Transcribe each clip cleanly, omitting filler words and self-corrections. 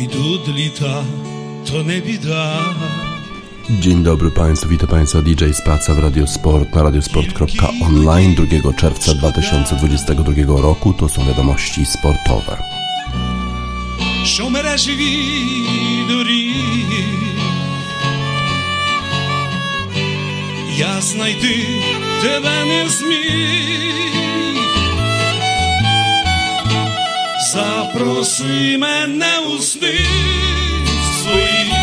Ідуть літа, то не біда. Dzień dobry Państwu, witam Państwa DJ Spaca w Radio Sport na radiosport.online 2 czerwca 2022 roku. To są wiadomości sportowe. Що мережеві доріг я знайти тебе не зміг. Запроси мене у сни свої,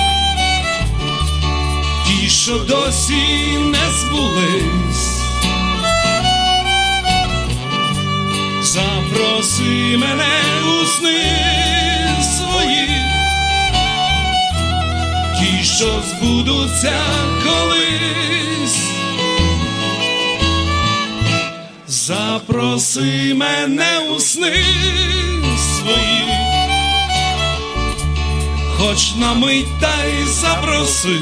ті, що досі не збулись. Запроси мене у сни свої, ті, що збудуться колись. Запроси мене у сни свої, хоч на мить та й запроси.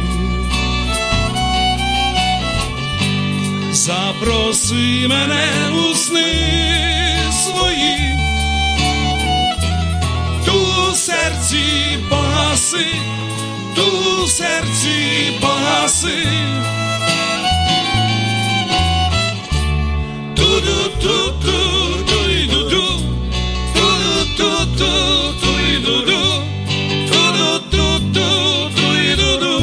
Запроси мене у сни свої, ту в серці погаси, ту в серці погаси. Ту-ду-ту-ту, ту-й-ду-ду, ту-ду-ту-ту, ту-й-ду-ду, ту-ду-ту-ту, ту-й-ду-ду.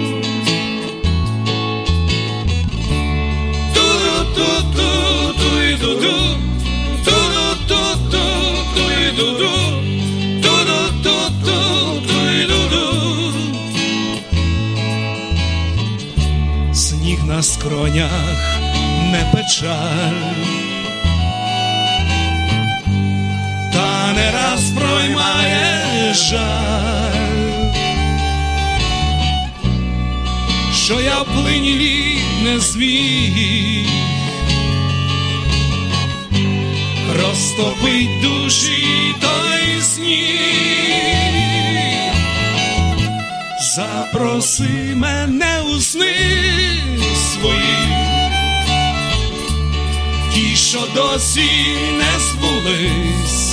Ту-ду-ту-ту, ту-й-ду-ду, ту-ду-ту-ту, ту-й-ду-ду, ту-ду-ту-ту, ту-й-ду-ду. Сніг на скронях, не печаль, та не раз проймає жаль, що я в плині не зміг розтопить душі той сніг. Запроси мене у сни свої, ті, що досі не збулись.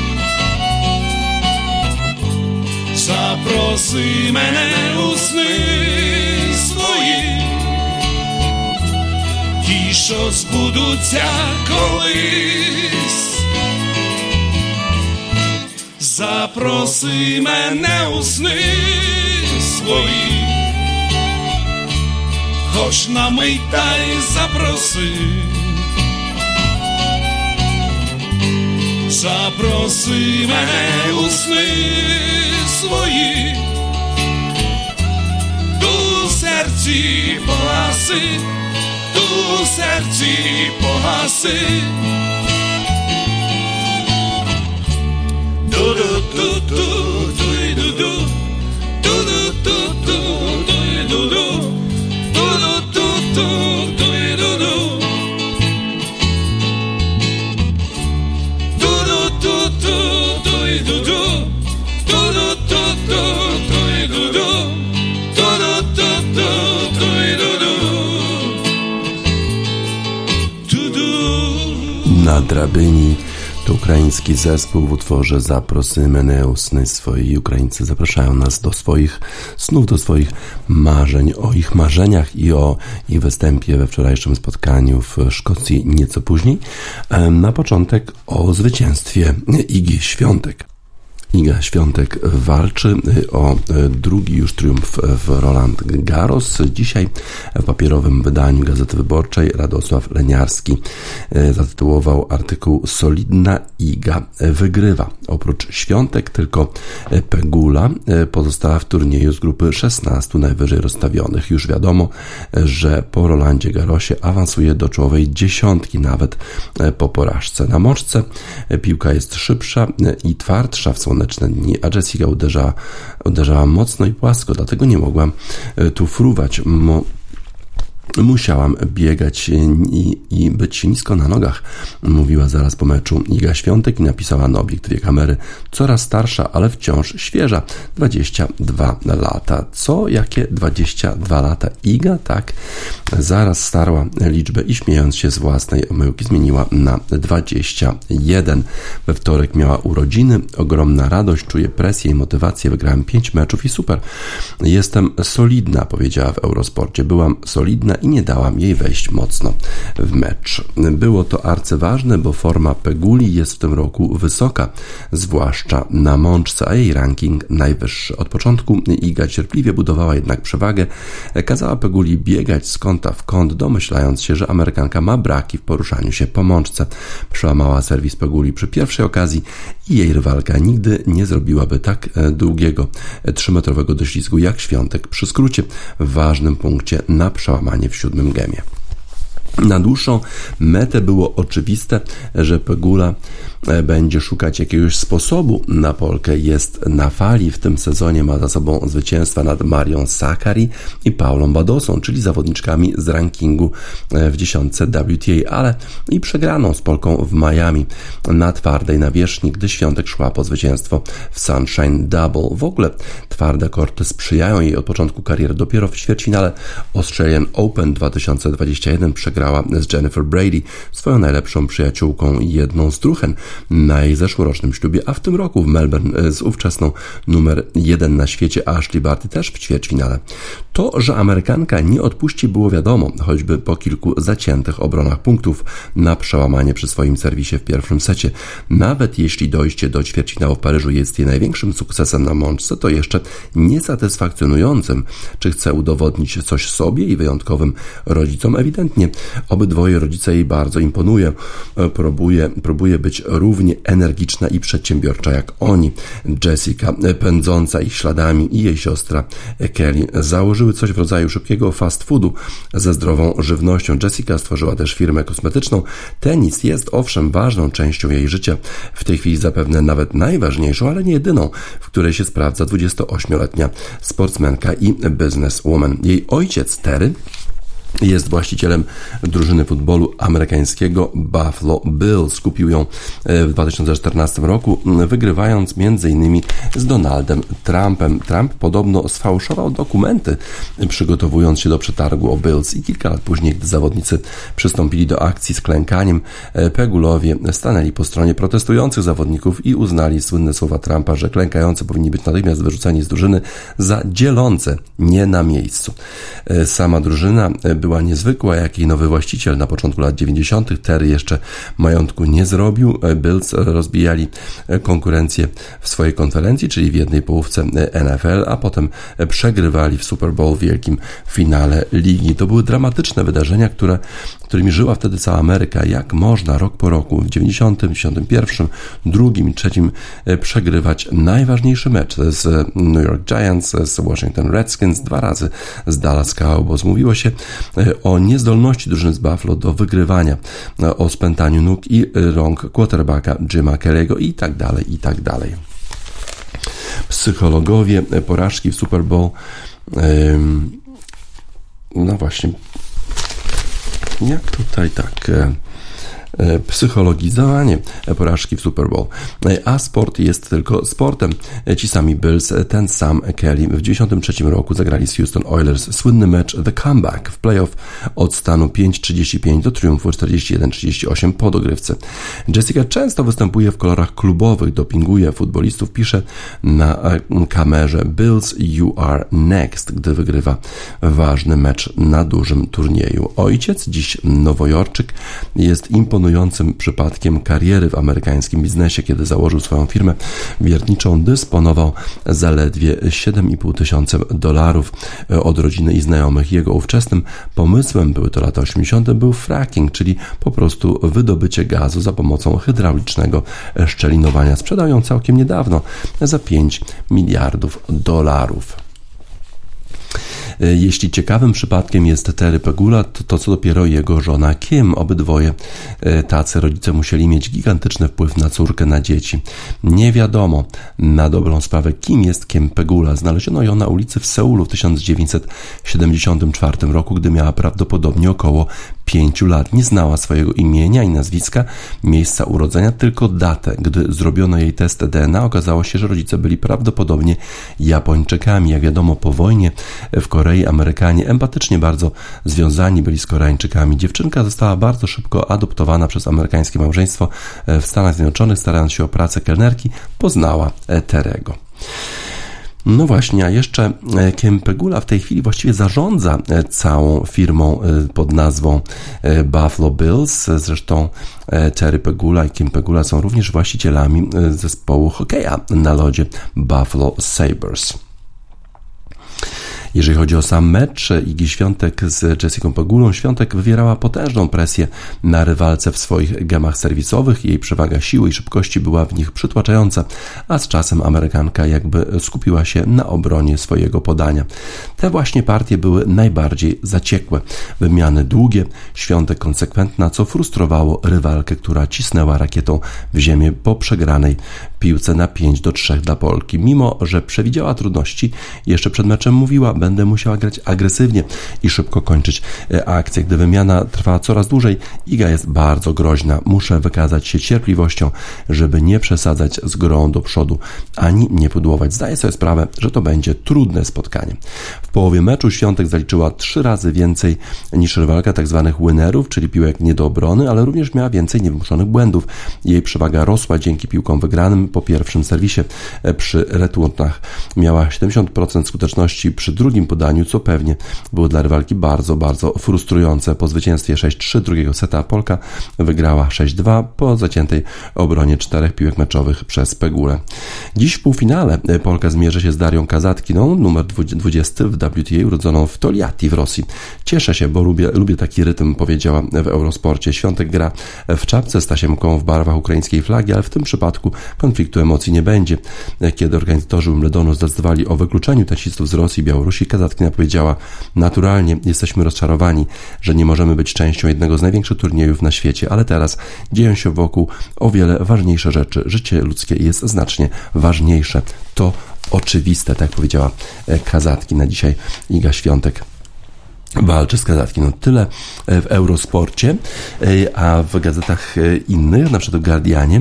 Запроси мене у сни свої, ті, що збудуться колись. Запроси мене у сни свої, хоч на мить та й запроси. Запроси мене у сни свої, ту в серці погаси, ту в серці погаси. Ду-ду-ду-ду, ду-ду-ду, ду-ду-ду-ду, ду-ду-ду, ду-ду-ду-ду, ду-ду-ду. Na drabyni to ukraiński zespół w utworze Zaprosy mnie u sny swoi. Ukraińcy zapraszają nas do swoich snów, do swoich marzeń, o ich marzeniach i o ich występie we wczorajszym spotkaniu w Szkocji nieco później. Na początek o zwycięstwie Igi Świątek. Iga Świątek walczy o drugi już triumf w Roland Garros. Dzisiaj w papierowym wydaniu Gazety Wyborczej Radosław Leniarski zatytułował artykuł "Solidna Iga wygrywa". Oprócz Świątek tylko Pegula pozostała w turnieju z grupy 16 najwyżej rozstawionych. Już wiadomo, że po Rolandzie Garrosie awansuje do czołowej dziesiątki nawet po porażce. Na moczce piłka jest szybsza i twardsza w słoneczne dni, a Jessica uderzała mocno i płasko, dlatego nie mogłam tu fruwać. Musiałam biegać i być nisko na nogach, mówiła zaraz po meczu Iga Świątek i napisała na obiektywie kamery: coraz starsza, ale wciąż świeża, 22 lata. Co? Jakie 22 lata? Iga? Tak. Zaraz starła liczbę i śmiejąc się z własnej omyłki zmieniła na 21. We wtorek miała urodziny, ogromna radość, czuję presję i motywację, wygrałem 5 meczów i super. Jestem solidna, powiedziała w Eurosporcie. Byłam solidna i nie dałam jej wejść mocno w mecz. Było to arcyważne, bo forma Peguli jest w tym roku wysoka, zwłaszcza na mączce, a jej ranking najwyższy. Od początku Iga cierpliwie budowała jednak przewagę, kazała Peguli biegać z kąta w kąt, domyślając się, że Amerykanka ma braki w poruszaniu się po mączce. Przełamała serwis Peguli przy pierwszej okazji i jej rywalka nigdy nie zrobiłaby tak długiego 3-metrowego doślizgu jak Świątek przy skrócie w ważnym punkcie na przełamanie w 7. gemie. Na dłuższą metę było oczywiste, że Pegula będzie szukać jakiegoś sposobu na Polkę. Jest na fali w tym sezonie, ma za sobą zwycięstwa nad Marią Sakkari i Paulą Badosą, czyli zawodniczkami z rankingu w 10 WTA, ale i przegraną z Polką w Miami na twardej nawierzchni, gdy Świątek szła po zwycięstwo w Sunshine Double. W ogóle twarde korty sprzyjają jej od początku kariery. Dopiero w ćwierćfinale Australian Open 2021 przegrała z Jennifer Brady, swoją najlepszą przyjaciółką i jedną z druhen na jej zeszłorocznym ślubie, a w tym roku w Melbourne z ówczesną numer 1 na świecie Ashley Barty też w ćwierćfinale. To, że Amerykanka nie odpuści, było wiadomo, choćby po kilku zaciętych obronach punktów na przełamanie przy swoim serwisie w pierwszym secie. Nawet jeśli dojście do ćwierćfinału w Paryżu jest jej największym sukcesem na mączce, to jeszcze niesatysfakcjonującym. Czy chce udowodnić coś sobie i wyjątkowym rodzicom? Ewidentnie. Obydwoje rodzice jej bardzo imponuje. Próbuje być równie energiczna i przedsiębiorcza jak oni. Jessica, pędząca ich śladami, i jej siostra Kelly założyły coś w rodzaju szybkiego fast foodu ze zdrową żywnością. Jessica stworzyła też firmę kosmetyczną. Tenis jest owszem ważną częścią jej życia, w tej chwili zapewne nawet najważniejszą, ale nie jedyną, w której się sprawdza 28-letnia sportsmenka i businesswoman. Jej ojciec Terry jest właścicielem drużyny futbolu amerykańskiego Buffalo Bills. Kupił ją w 2014 roku, wygrywając m.in. z Donaldem Trumpem. Trump podobno sfałszował dokumenty, przygotowując się do przetargu o Bills, i kilka lat później, gdy zawodnicy przystąpili do akcji z klękaniem, Pegulowie stanęli po stronie protestujących zawodników i uznali słynne słowa Trumpa, że klękający powinni być natychmiast wyrzuceni z drużyny za dzielące, nie na miejscu. Sama drużyna była niezwykła, jak jej nowy właściciel na początku lat 90. Terry jeszcze majątku nie zrobił. Bills rozbijali konkurencję w swojej konferencji, czyli w jednej połówce NFL, a potem przegrywali w Super Bowl w wielkim finale ligi. To były dramatyczne wydarzenia, którymi żyła wtedy cała Ameryka. Jak można rok po roku w 90., 91., 2., 3. przegrywać najważniejszy mecz z New York Giants, z Washington Redskins, 2 razy z Dallas Cowboys. Mówiło się o niezdolności drużyny z Buffalo do wygrywania, o spętaniu nóg i rąk quarterbacka Jima Kelly'ego i tak dalej, i tak dalej. Psychologowie porażki w Super Bowl, no właśnie, jak tutaj tak... psychologizowanie porażki w Super Bowl. A sport jest tylko sportem. Ci sami Bills, ten sam Kelly w 1993 roku zagrali z Houston Oilers słynny mecz The Comeback w playoff od stanu 5-35 do triumfu 41-38 po dogrywce. Jessica często występuje w kolorach klubowych, dopinguje futbolistów, pisze na kamerze Bills you are next, gdy wygrywa ważny mecz na dużym turnieju. Ojciec, dziś Nowojorczyk, jest imponującym przypadkiem kariery w amerykańskim biznesie. Kiedy założył swoją firmę wiertniczą, dysponował zaledwie $7,500 od rodziny i znajomych. Jego ówczesnym pomysłem, były to lata 80., był fracking, czyli po prostu wydobycie gazu za pomocą hydraulicznego szczelinowania. Sprzedał ją całkiem niedawno za $5 miliardów. Jeśli ciekawym przypadkiem jest Terry Pegula, to co dopiero jego żona Kim. Obydwoje tacy rodzice musieli mieć gigantyczny wpływ na córkę, na dzieci. Nie wiadomo na dobrą sprawę, kim jest Kim Pegula. Znaleziono ją na ulicy w Seulu w 1974 roku, gdy miała prawdopodobnie około 5 lat. Nie znała swojego imienia i nazwiska, miejsca urodzenia, tylko datę. Gdy zrobiono jej test DNA, okazało się, że rodzice byli prawdopodobnie Japończykami. Jak wiadomo, po wojnie w Korei Amerykanie empatycznie bardzo związani byli z Koreańczykami. Dziewczynka została bardzo szybko adoptowana przez amerykańskie małżeństwo w Stanach Zjednoczonych. Starając się o pracę kelnerki, poznała Terego. No właśnie, a jeszcze Kim Pegula w tej chwili właściwie zarządza całą firmą pod nazwą Buffalo Bills. Zresztą Terry Pegula i Kim Pegula są również właścicielami zespołu hokeja na lodzie Buffalo Sabres. Jeżeli chodzi o sam mecz Igi Świątek z Jessicą Pegulą, Świątek wywierała potężną presję na rywalce w swoich gemach serwisowych. Jej przewaga siły i szybkości była w nich przytłaczająca, a z czasem Amerykanka jakby skupiła się na obronie swojego podania. Te właśnie partie były najbardziej zaciekłe. Wymiany długie, Świątek konsekwentna, co frustrowało rywalkę, która cisnęła rakietą w ziemię po przegranej piłce na 5-3 dla Polki. Mimo że przewidziała trudności, jeszcze przed meczem mówiła: będę musiała grać agresywnie i szybko kończyć akcję. Gdy wymiana trwa coraz dłużej, Iga jest bardzo groźna. Muszę wykazać się cierpliwością, żeby nie przesadzać z grą do przodu, ani nie pudłować. Zdaję sobie sprawę, że to będzie trudne spotkanie. W połowie meczu Świątek zaliczyła 3 razy więcej niż rywalka tzw. winnerów, czyli piłek nie do obrony, ale również miała więcej niewymuszonych błędów. Jej przewaga rosła dzięki piłkom wygranym po pierwszym serwisie. Przy returnach miała 70% skuteczności przy drugim podaniu, co pewnie było dla rywalki bardzo, bardzo frustrujące. Po zwycięstwie 6-3 drugiego seta Polka wygrała 6-2 po zaciętej obronie 4 piłek meczowych przez Pegulę. Dziś w półfinale Polka zmierzy się z Darią Kazatkiną, numer 20 w WTA, urodzoną w Toliati w Rosji. Cieszę się, bo lubię taki rytm, powiedziała w Eurosporcie. Świątek gra w czapce z tasiemką w barwach ukraińskiej flagi, ale w tym przypadku konfliktu emocji nie będzie. Kiedy organizatorzy Wimbledonu zdecydowali o wykluczeniu tenisistów z Rosji i Białorusi, Kazatkina powiedziała: naturalnie jesteśmy rozczarowani, że nie możemy być częścią jednego z największych turniejów na świecie, ale teraz dzieją się wokół o wiele ważniejsze rzeczy. Życie ludzkie jest znacznie ważniejsze. To oczywiste, tak powiedziała Kazatkina. Dzisiaj Iga Świątek walczy z Kazatkiną. Tyle w Eurosporcie, a w gazetach innych, na przykład w Guardianie,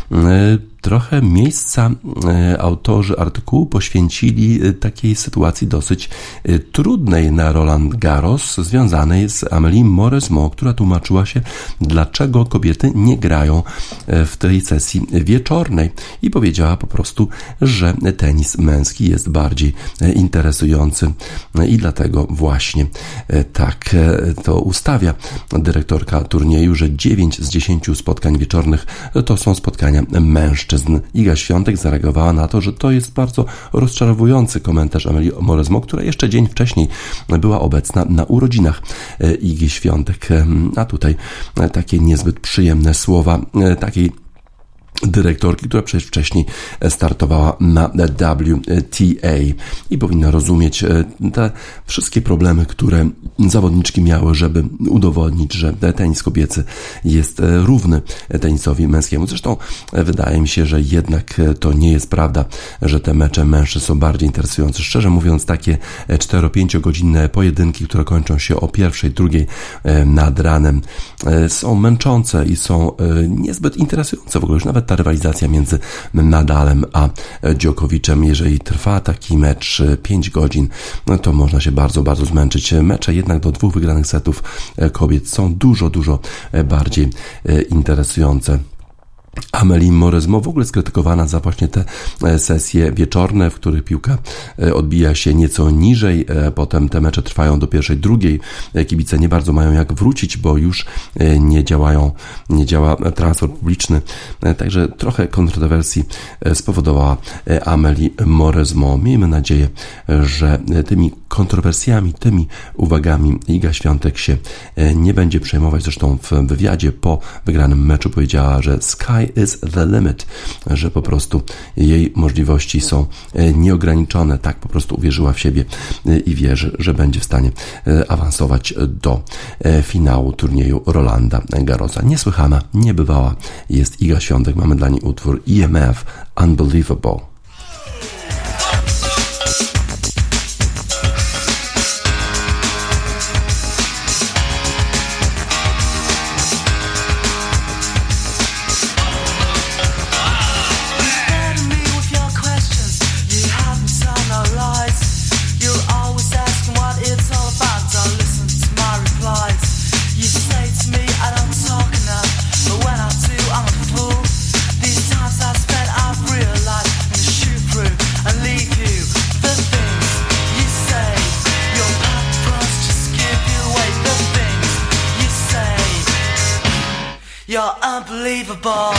trochę miejsca autorzy artykułu poświęcili takiej sytuacji dosyć trudnej na Roland Garros, związanej z Amélie Mauresmo, która tłumaczyła się, dlaczego kobiety nie grają w tej sesji wieczornej i powiedziała po prostu, że tenis męski jest bardziej interesujący i dlatego właśnie tak to ustawia dyrektorka turnieju, że 9 z 10 spotkań wieczornych to są spotkania mężczyzn. Iga Świątek zareagowała na to, że to jest bardzo rozczarowujący komentarz Amélie Mauresmo, która jeszcze dzień wcześniej była obecna na urodzinach Igi Świątek. A tutaj takie niezbyt przyjemne słowa takiej dyrektorki, która przecież wcześniej startowała na WTA i powinna rozumieć te wszystkie problemy, które zawodniczki miały, żeby udowodnić, że tenis kobiecy jest równy tenisowi męskiemu. Zresztą wydaje mi się, że jednak to nie jest prawda, że te mecze mężczyzn są bardziej interesujące. Szczerze mówiąc, takie 4-5 godzinne pojedynki, które kończą się o 1, 2 nad ranem, są męczące i są niezbyt interesujące w ogóle. Już nawet ta rywalizacja między Nadalem a Djokovicem, jeżeli trwa taki mecz 5 godzin, no to można się bardzo, bardzo zmęczyć. Mecze jednak do 2 wygranych setów kobiet są dużo, dużo bardziej interesujące. Amélie Mauresmo w ogóle skrytykowana za właśnie te sesje wieczorne, w których piłka odbija się nieco niżej, potem te mecze trwają do 1, 2, kibice nie bardzo mają jak wrócić, bo już nie działa transport publiczny, także trochę kontrowersji spowodowała Amélie Mauresmo. Miejmy nadzieję, że tymi kontrowersjami, tymi uwagami Iga Świątek się nie będzie przejmować. Zresztą w wywiadzie po wygranym meczu powiedziała, że sky sky is the limit, że po prostu jej możliwości są nieograniczone. Tak po prostu uwierzyła w siebie i wierzy, że będzie w stanie awansować do finału turnieju Rolanda Garrosa. Niesłychana, niebywała jest Iga Świątek. Mamy dla niej utwór EMF Unbelievable. You're unbelievable.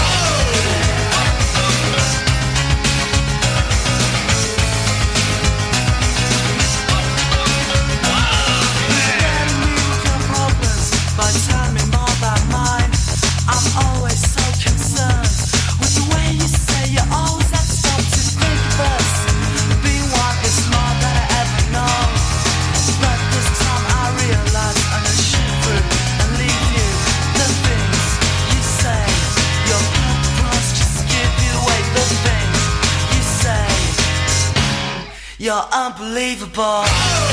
You're unbelievable.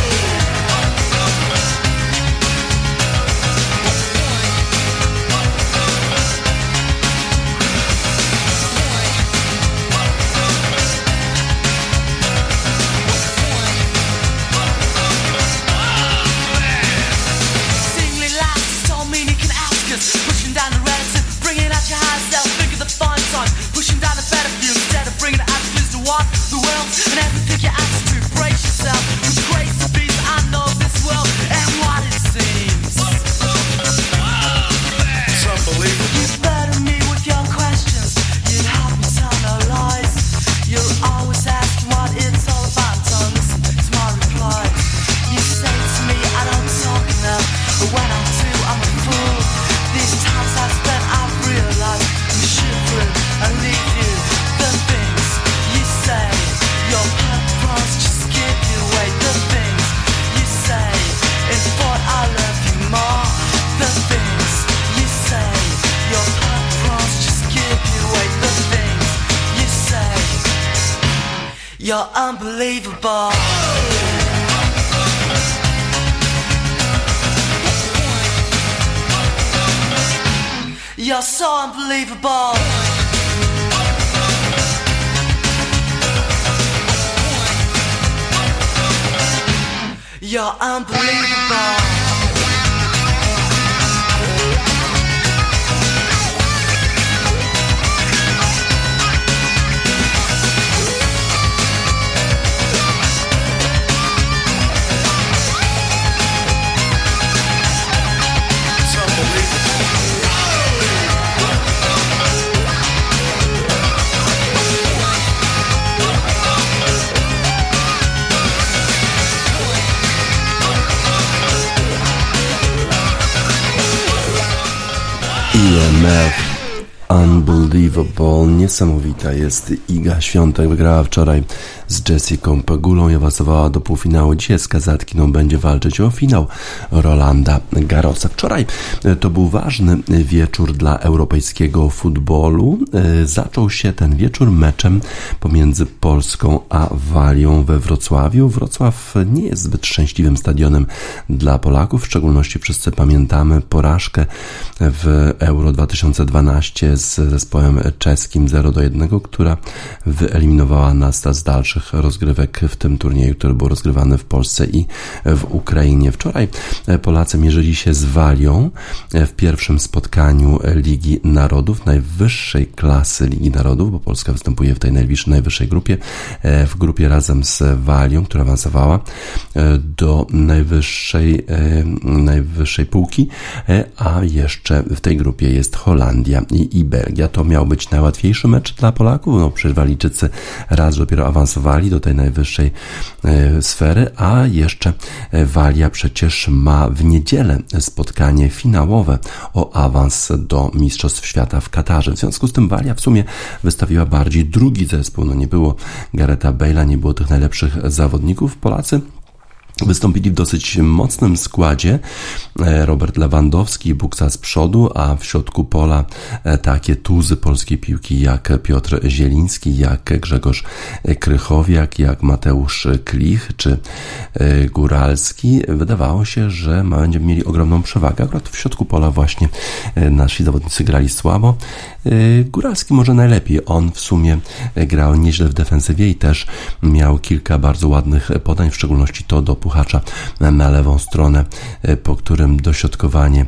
Singly laughs, don't mean you can ask us. Pushing down the relative, bringing out your high self. Think of the fun time, pushing down the better view instead of bringing the attitudes to what the world and everything you ask to. Brace yourself, you crazy beast. I know this world and what it seems. It's unbelievable. You burden me with your questions. You help me tell no lies. You're always asking what it's all about. Don't listen to my replies. You say to me I don't talk enough, but when I do I'm a fool. These times I've spent I've realized you shoot through and leave you. The things you say, your purpose just give you away. The things you say, in thought I love you more. The things you say, your purpose just give you away. The things you say, you're unbelievable. You're so unbelievable. You're unbelievable. EMF Unbelievable. Niesamowita jest Iga Świątek. Wygrała wczoraj z Jessicą Pegulą i awansowała do półfinału. Dzisiaj z Kazatkiną będzie walczyć o finał Rolanda Garrosa. Wczoraj to był ważny wieczór dla europejskiego futbolu. Zaczął się ten wieczór meczem pomiędzy Polską a Walią we Wrocławiu. Wrocław nie jest zbyt szczęśliwym stadionem dla Polaków, w szczególności wszyscy pamiętamy porażkę w Euro 2012 z zespołem czeskim 0-1, która wyeliminowała nas z dalszych rozgrywek w tym turnieju, który był rozgrywany w Polsce i w Ukrainie. Wczoraj Polacy mierzyli się z Walią w pierwszym spotkaniu Ligi Narodów, najwyższej klasy Ligi Narodów, bo Polska występuje w tej najwyższej grupie, w grupie razem z Walią, która awansowała do najwyższej półki, a jeszcze w tej grupie jest Holandia i Belgia. To miał być najłatwiejszy mecz dla Polaków, no przecież Walijczycy raz dopiero awansowali awansowali do tej najwyższej sfery, a jeszcze Walia przecież ma w niedzielę spotkanie finałowe o awans do Mistrzostw Świata w Katarze. W związku z tym Walia w sumie wystawiła bardziej drugi zespół. Nie było Garetha Bale'a, nie było tych najlepszych zawodników. Polacy wystąpili w dosyć mocnym składzie. Robert Lewandowski i Buksa z przodu, a w środku pola takie tuzy polskiej piłki jak Piotr Zieliński, jak Grzegorz Krychowiak, jak Mateusz Klich czy Góralski. Wydawało się, że będziemy mieli ogromną przewagę. Akurat w środku pola właśnie nasi zawodnicy grali słabo. Góralski może najlepiej. On w sumie grał nieźle w defensywie i też miał kilka bardzo ładnych podań, w szczególności to do Puchacza na lewą stronę, po którym dośrodkowanie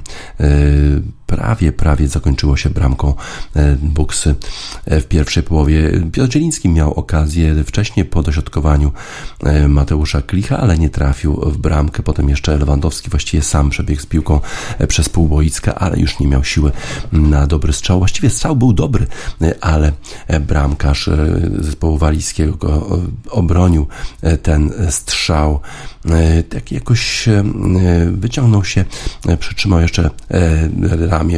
prawie zakończyło się bramką Buksy w pierwszej połowie. Piotr Zieliński miał okazję wcześniej po dośrodkowaniu Mateusza Klicha, ale nie trafił w bramkę. Potem jeszcze Lewandowski właściwie sam przebiegł z piłką przez pół boiska, ale już nie miał siły na dobry strzał. Właściwie strzał był dobry, ale bramkarz zespołu walijskiego go obronił ten strzał. Tak jakoś wyciągnął się, przytrzymał jeszcze ramię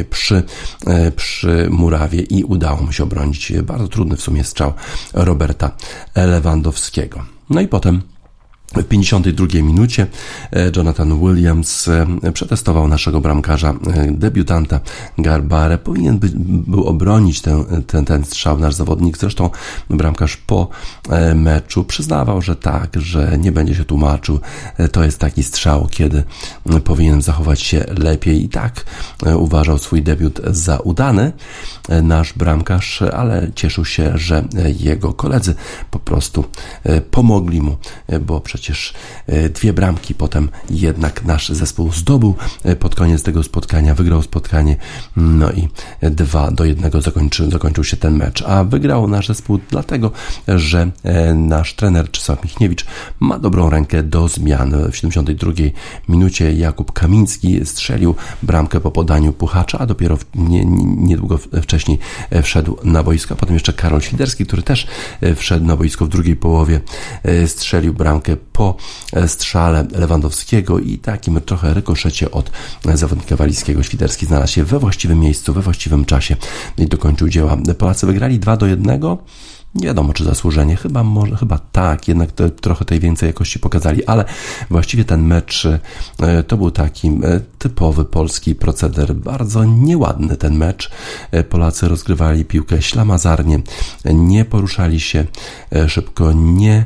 przy murawie i udało mu się obronić bardzo trudny w sumie strzał Roberta Lewandowskiego. No i potem w 52 minucie Jonathan Williams przetestował naszego bramkarza, debiutanta Garbarę. Powinien był obronić ten strzał nasz zawodnik. Zresztą bramkarz po meczu przyznawał, że tak, że nie będzie się tłumaczył. To jest taki strzał, kiedy powinien zachować się lepiej i tak uważał swój debiut za udany nasz bramkarz, ale cieszył się, że jego koledzy po prostu pomogli mu, bo przecież 2 bramki potem jednak nasz zespół zdobył pod koniec tego spotkania, wygrał spotkanie, no i 2-1 zakończył się ten mecz, a wygrał nasz zespół dlatego, że nasz trener Czesław Michniewicz ma dobrą rękę do zmian. W 72 minucie Jakub Kamiński strzelił bramkę po podaniu Puchacza, a dopiero niedługo wcześniej wszedł na boisko, a potem jeszcze Karol Świderski, który też wszedł na boisko w drugiej połowie, strzelił bramkę po strzale Lewandowskiego i takim trochę rykoszecie od zawodnika walijskiego. Świderski znalazł się we właściwym miejscu, we właściwym czasie i dokończył dzieła. Polacy wygrali 2-1. Nie wiadomo, czy zasłużenie. Chyba tak, jednak trochę tej więcej jakości pokazali, ale właściwie ten mecz to był taki typowy polski proceder. Bardzo nieładny ten mecz. Polacy rozgrywali piłkę ślamazarnie, nie poruszali się szybko, nie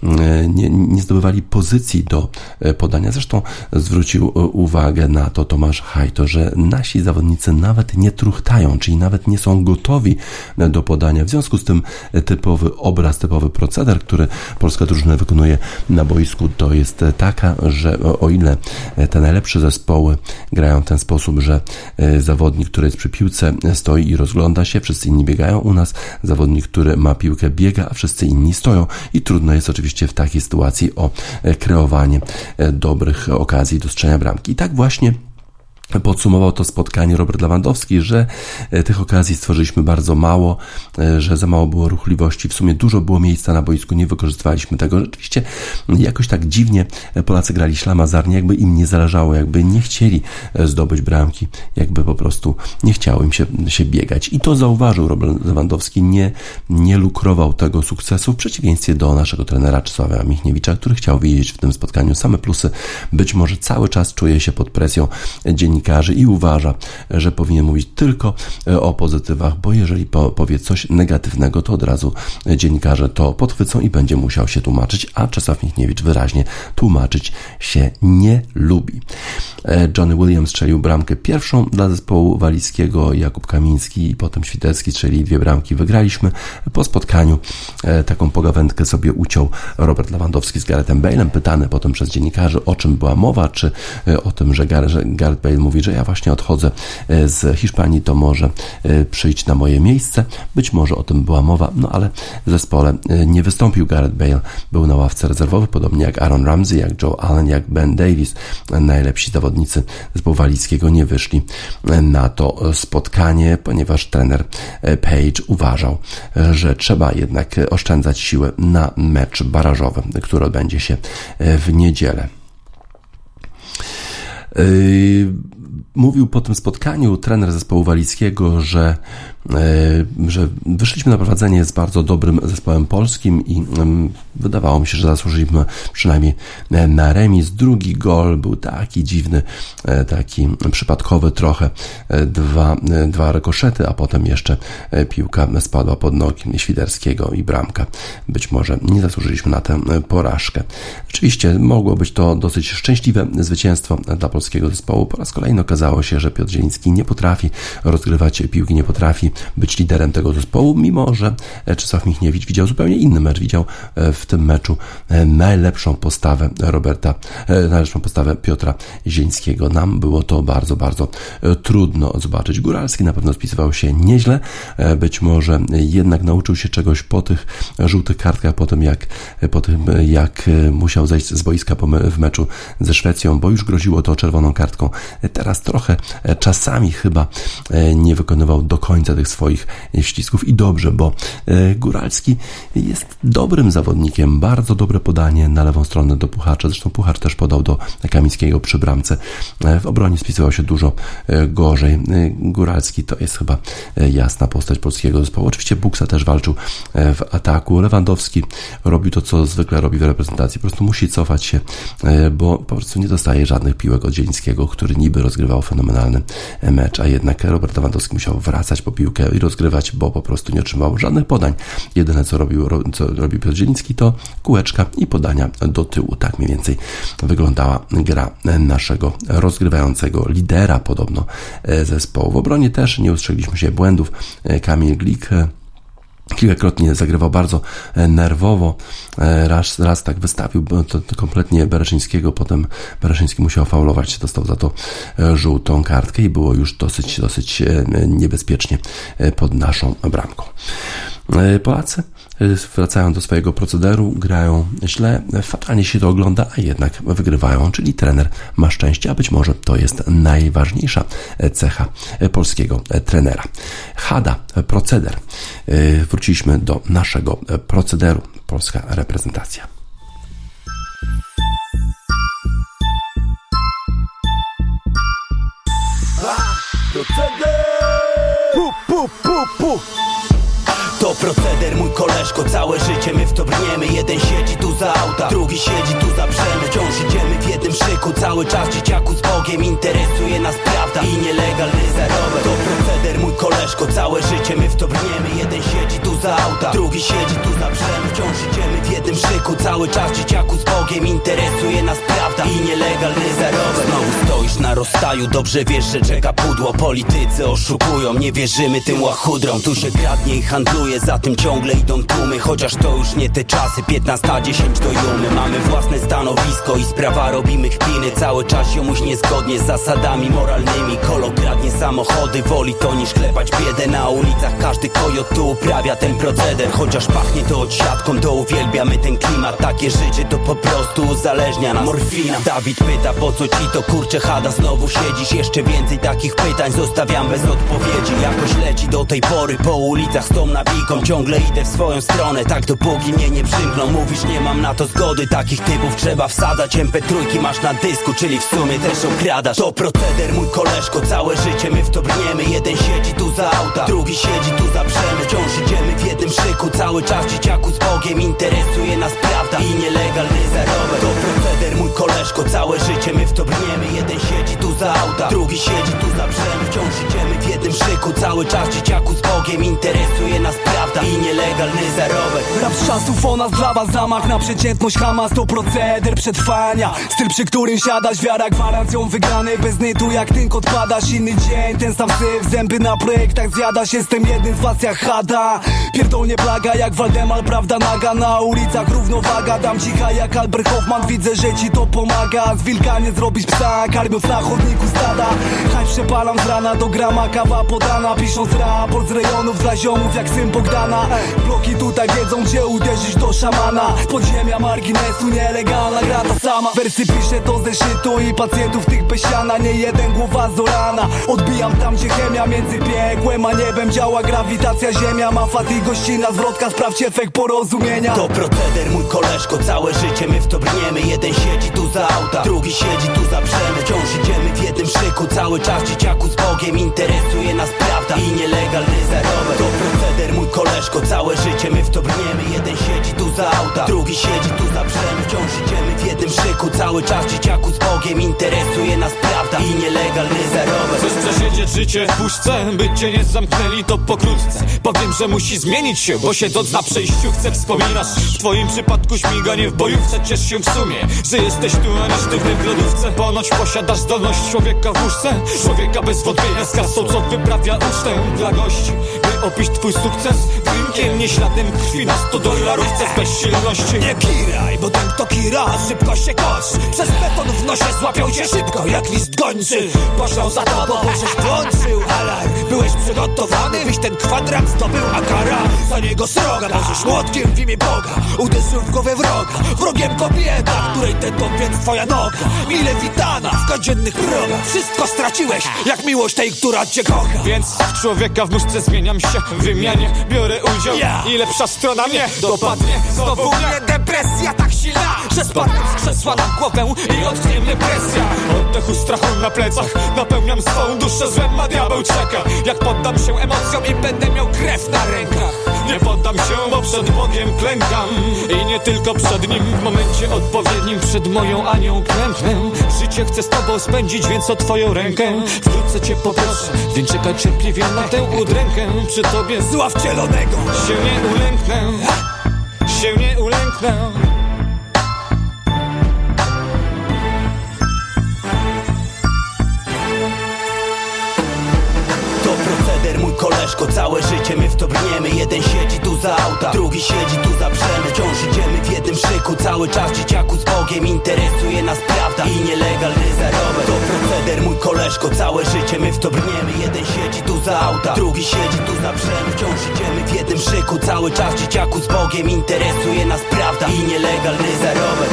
zdobywali pozycji do podania. Zresztą zwrócił uwagę na to Tomasz Hajto, że nasi zawodnicy nawet nie truchtają, czyli nawet nie są gotowi do podania. W związku z tym typowy obraz, typowy proceder, który polska drużyna wykonuje na boisku, to jest taka, że o ile te najlepsze zespoły grają w ten sposób, że zawodnik, który jest przy piłce, stoi i rozgląda się, wszyscy inni biegają, u nas zawodnik, który ma piłkę, biega, a wszyscy inni stoją i trudno jest oczywiście w takiej sytuacji o kreowanie dobrych okazji do strzelenia bramki. I tak właśnie podsumował to spotkanie Robert Lewandowski, że tych okazji stworzyliśmy bardzo mało, że za mało było ruchliwości, w sumie dużo było miejsca na boisku, nie wykorzystywaliśmy tego. Rzeczywiście jakoś tak dziwnie Polacy grali ślamazarnie, jakby im nie zależało, jakby nie chcieli zdobyć bramki, jakby po prostu nie chciało im się biegać. I to zauważył Robert Lewandowski, nie lukrował tego sukcesu, w przeciwieństwie do naszego trenera Czesława Michniewicza, który chciał widzieć w tym spotkaniu same plusy. Być może cały czas czuje się pod presją dziennikarzy i uważa, że powinien mówić tylko o pozytywach, bo jeżeli powie coś negatywnego, to od razu dziennikarze to podchwycą i będzie musiał się tłumaczyć, a Czesław Michniewicz wyraźnie tłumaczyć się nie lubi. Johnny Williams strzelił bramkę pierwszą dla zespołu walijskiego, Jakub Kamiński i potem Świderski strzelili 2 bramki. Wygraliśmy. Po spotkaniu taką pogawędkę sobie uciął Robert Lewandowski z Garethem Bale'em, pytany potem przez dziennikarzy, o czym była mowa, czy o tym, że Gareth Bale mówi, że ja właśnie odchodzę z Hiszpanii, to może przyjść na moje miejsce. Być może o tym była mowa, no ale w zespole nie wystąpił Gareth Bale, był na ławce rezerwowej, podobnie jak Aaron Ramsey, jak Joe Allen, jak Ben Davies. Najlepsi zawodnicy zespołu walijskiego nie wyszli na to spotkanie, ponieważ trener Page uważał, że trzeba jednak oszczędzać siłę na mecz barażowy, który odbędzie się w niedzielę. Mówił po tym spotkaniu trener zespołu walijskiego, że wyszliśmy na prowadzenie z bardzo dobrym zespołem polskim i wydawało mi się, że zasłużyliśmy przynajmniej na remis. Drugi gol był taki dziwny, taki przypadkowy trochę, dwa rykoszety, a potem jeszcze piłka spadła pod nogi Świderskiego i bramka. Być może nie zasłużyliśmy na tę porażkę. Oczywiście mogło być to dosyć szczęśliwe zwycięstwo dla polskiego zespołu. Po raz kolejny okazało się, że Piotr Zieliński nie potrafi rozgrywać piłki, nie potrafi być liderem tego zespołu, mimo że Czesław Michniewicz widział zupełnie inny mecz. Widział w tym meczu najlepszą postawę Piotra Zielińskiego. Nam było to bardzo, bardzo trudno zobaczyć. Góralski na pewno spisywał się nieźle. Być może jednak nauczył się czegoś po tych żółtych kartkach, po tym jak musiał zejść z boiska w meczu ze Szwecją, bo już groziło to czerwoną kartką. Teraz trochę czasami chyba nie wykonywał do końca tych swoich ścisków i dobrze, bo Góralski jest dobrym zawodnikiem, bardzo dobre podanie na lewą stronę do Puchacza, zresztą Puchacz też podał do Kamińskiego przy bramce. W obronie spisywał się dużo gorzej. Góralski to jest chyba jasna postać polskiego zespołu. Oczywiście Buksa też walczył w ataku. Lewandowski robił to, co zwykle robi w reprezentacji, po prostu musi cofać się, bo po prostu nie dostaje żadnych piłek od Zielińskiego, który niby rozgrywał fenomenalny mecz, a jednak Robert Lewandowski musiał wracać po piłkę i rozgrywać, bo po prostu nie otrzymał żadnych podań. Jedyne, co robił Piotr Zieliński, to kółeczka i podania do tyłu. Tak mniej więcej wyglądała gra naszego rozgrywającego lidera podobno zespołu. W obronie też nie ustrzegliśmy się błędów. Kamil Glik kilkakrotnie zagrywał bardzo nerwowo. Raz tak wystawił to kompletnie Bereszyńskiego, potem Bereszyński musiał faulować, dostał za to żółtą kartkę i było już dosyć niebezpiecznie pod naszą bramką. Polacy wracają do swojego procederu, grają źle, fatalnie się to ogląda, a jednak wygrywają, czyli trener ma szczęście, a być może to jest najważniejsza cecha polskiego trenera. Hada, proceder. Wróciliśmy do naszego procederu. Polska reprezentacja. Proceder! To proceder, mój koleżko, całe życie my w to brniemy. Jeden siedzi tu za auta, drugi siedzi tu za brzemy. Wciąż idziemy w jednym szyku, cały czas dzieciaku z Bogiem. Interesuje nas prawda i nielegalny zarobek. To proceder, mój koleżko, całe życie my w to brniemy. Jeden siedzi tu za auta, drugi siedzi tu za brzemy. Wciąż idziemy w jednym szyku, cały czas dzieciaku z Bogiem. Interesuje nas prawda i nielegalny zarobek. Znowu stoisz na rozstaju, dobrze wiesz, że czeka pudło. Politycy oszukują, nie wierzymy tym łachudrom. Tu się kradnie i handluje, za tym ciągle idą tłumy. Chociaż to już nie te czasy, 15-10 do jumy. Mamy własne stanowisko i z prawa robimy kpiny. Cały czas jomuś niezgodnie z zasadami moralnymi. Kolo kradnie samochody, woli to niż klepać biedę na ulicach. Każdy kojot tu uprawia ten proceder. Chociaż pachnie to odsiadką, to uwielbiamy ten klimat. Takie życie to po prostu uzależnia nas morfina. Dawid pyta, po co ci to, kurczę, Hada, znowu siedzisz? Jeszcze więcej takich pytań zostawiam bez odpowiedzi. Jakoś leci do tej pory po ulicach z tą nawiką. Ciągle idę w swoją stronę, tak dopóki mnie nie przymkną. Mówisz, nie mam na to zgody, takich typów trzeba wsadzać. MP3 masz na dysku, czyli w sumie też okradasz. To proceder, mój koleżko, całe życie my w to brniemy. Jeden siedzi tu za auta, drugi siedzi tu za brzemy. Wciąż idziemy w jednym szyku, cały czas dzieciaku z Bogiem. Interesuje nas prawda i nielegalny zarobek. To proceder, mój koleżko, całe życie my w to brniemy. Jeden siedzi tu za auta, drugi siedzi tu za brzemy. Wciąż idziemy w jednym szyku, cały czas dzieciaku z Bogiem. Interesuje nas prawda i nielegalny zarobek. Rap z czasów o nas dla was, zamach na przeciętność Hamas. To proceder przetrwania, styl przy którym siadasz. Wiara gwarancją wygranej, bez nytu jak tynk odpadasz. Inny dzień, ten sam syf, zęby na projektach zjadasz. Jestem jednym z was jak Hada, pierdolnie plaga jak Waldemar, prawda naga. Na ulicach równowaga uwaga, dam cicha jak Albert Hoffman. Widzę, że ci to pomaga. Z wilka nie zrobić psa, karmiąc na chodniku stada. Haj przepalam z rana do grama, kawa podana. Pisząc raport z rejonów dla ziomów jak syn Bogdana. Bloki tutaj wiedzą, gdzie uderzyć do szamana. Z podziemia marginesu, nielegalna gra ta sama. Wersy piszę to zeszytu i pacjentów tych bez siana. Nie jeden głowa Zorana. Odbijam tam, gdzie chemia między piekłem a niebem działa grawitacja ziemia. Ma fat i gościna, zwrotka, sprawdź efekt porozumienia. To proceder, mój koleżko, całe życie my w to brniemy. Jeden siedzi tu za auta, drugi siedzi tu za brzemy. Wciąż idziemy w jednym szyku, cały czas dzieciaku z Bogiem. Interesuje nas prawda i nielegalny zarobek. To proceder, mój koleżko, całe życie my w to brniemy. Jeden siedzi tu za auta, drugi siedzi tu za brzemy. Wciąż idziemy w jednym szyku, cały czas dzieciaku z Bogiem. Interesuje nas prawda i nielegalny zarobek. Chcesz przesiedzieć życie w puszce, by cię nie zamknęli to pokrótce. Powiem, że musi zmienić się, bo siedząc na przejściu chcę wspominasz. W twoim przypadku śmiganie w bojówce. Ciesz się w sumie, że jesteś tu, a nie sztywny w lodówce. Ponoć posiadasz zdolność człowieka w łóżce. Człowieka bez wątpienia z kasą, co wyprawia ucztę dla gości. By opić twój sukces drinkiem, nie śladem krwi na $100 z bezsilności. Nie kiraj, bo ten kto kira, szybko się kosz. Przez beton w nosie złapią cię szybko jak list gończy. Poszło za tobą, bo żeś włączył alarm. Byłeś przygotowany, byś ten kwadrans zdobył, a kara za niego sroga. Możesz młotkiem w imię Boga uderzył w głowę wroga. Wrogiem kobieta, której tętą więc twoja noga. Mile witana w codziennych progach. Wszystko straciłeś, jak miłość tej, która cię kocha. Więc w człowieka w muszce zmieniam się, w wymianie biorę udział. I lepsza strona mnie dopadnie. Znowu mnie depresja tak silna, że spadnę z krzesła na głowę i odknie mnie presja. Oddechu strachu na plecach, napełniam swą duszę złem, a diabeł czeka. Jak poddam się emocjom i będę miał krew na rękach. Nie poddam się, bo przed Bogiem klękam. I nie tylko przed Nim, w momencie odpowiednim przed moją Anią klęknę. Życie chcę z tobą spędzić, więc o twoją rękę wkrótce cię poproszę, więc czekaj cierpliwie na tę udrękę. Przy tobie zła wcielonego się nie ulęknę, się nie ulęknę. Mój koleżko, całe życie my w to brniemy. Jeden siedzi tu za auta, drugi siedzi tu za brzemy. Wciąż idziemy w jednym szyku, cały czas dzieciaku z Bogiem. Interesuje nas prawda i nielegalny zarobek. To proceder, mój koleżko, całe życie my w to brniemy. Jeden siedzi tu za auta, drugi siedzi tu za brzemy. Wciąż idziemy w jednym szyku, cały czas dzieciaku z Bogiem. Interesuje nas prawda i nielegalny zarobek.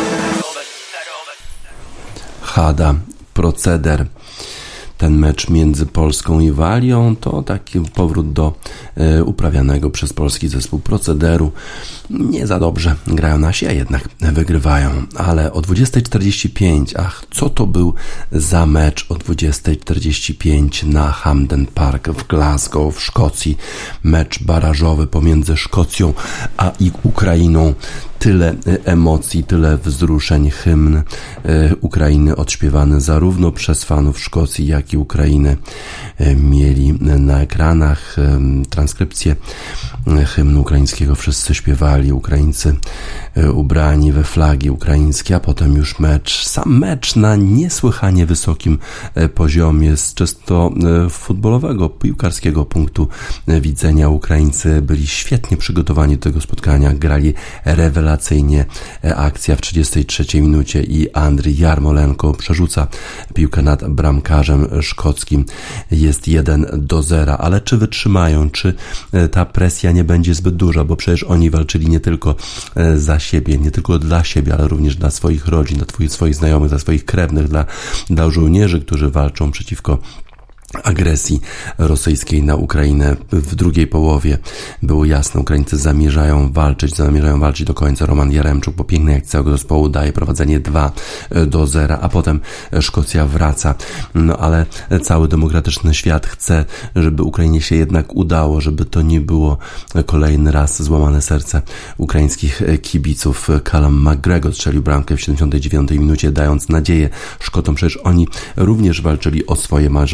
Hada, proceder. Ten mecz między Polską i Walią to taki powrót do uprawianego przez polski zespół procederu. Nie za dobrze grają nasi, a jednak wygrywają. Ale o 20:45, co to był za mecz o 20:45 na Hampden Park w Glasgow w Szkocji. Mecz barażowy pomiędzy Szkocją a Ukrainą. Tyle emocji, tyle wzruszeń. Hymn Ukrainy odśpiewany zarówno przez fanów Szkocji, jak i Ukrainy. Mieli na ekranach transkrypcję hymnu ukraińskiego. Wszyscy śpiewali, Ukraińcy ubrani we flagi ukraińskie, a potem już mecz. Sam mecz na niesłychanie wysokim poziomie z czysto futbolowego, piłkarskiego punktu widzenia. Ukraińcy byli świetnie przygotowani do tego spotkania, grali rewelacyjnie. Akcja w 33 minucie i Andriy Jarmolenko przerzuca piłkę nad bramkarzem szkockim. Jest 1-0, ale czy wytrzymają, czy ta presja nie będzie zbyt duża, bo przecież oni walczyli nie tylko za siebie, nie tylko dla siebie, ale również dla swoich rodzin, dla swoich znajomych, dla swoich krewnych, dla żołnierzy, którzy walczą przeciwko agresji rosyjskiej na Ukrainę. W drugiej połowie było jasne, Ukraińcy zamierzają walczyć do końca. Roman Jaremczuk po pięknej akcji całego zespołu daje prowadzenie 2-0, a potem Szkocja wraca. No ale cały demokratyczny świat chce, żeby Ukrainie się jednak udało, żeby to nie było kolejny raz złamane serce ukraińskich kibiców. Callum McGregor strzelił bramkę w 79 minucie, dając nadzieję Szkotom. Przecież oni również walczyli o swoje marzenia, oni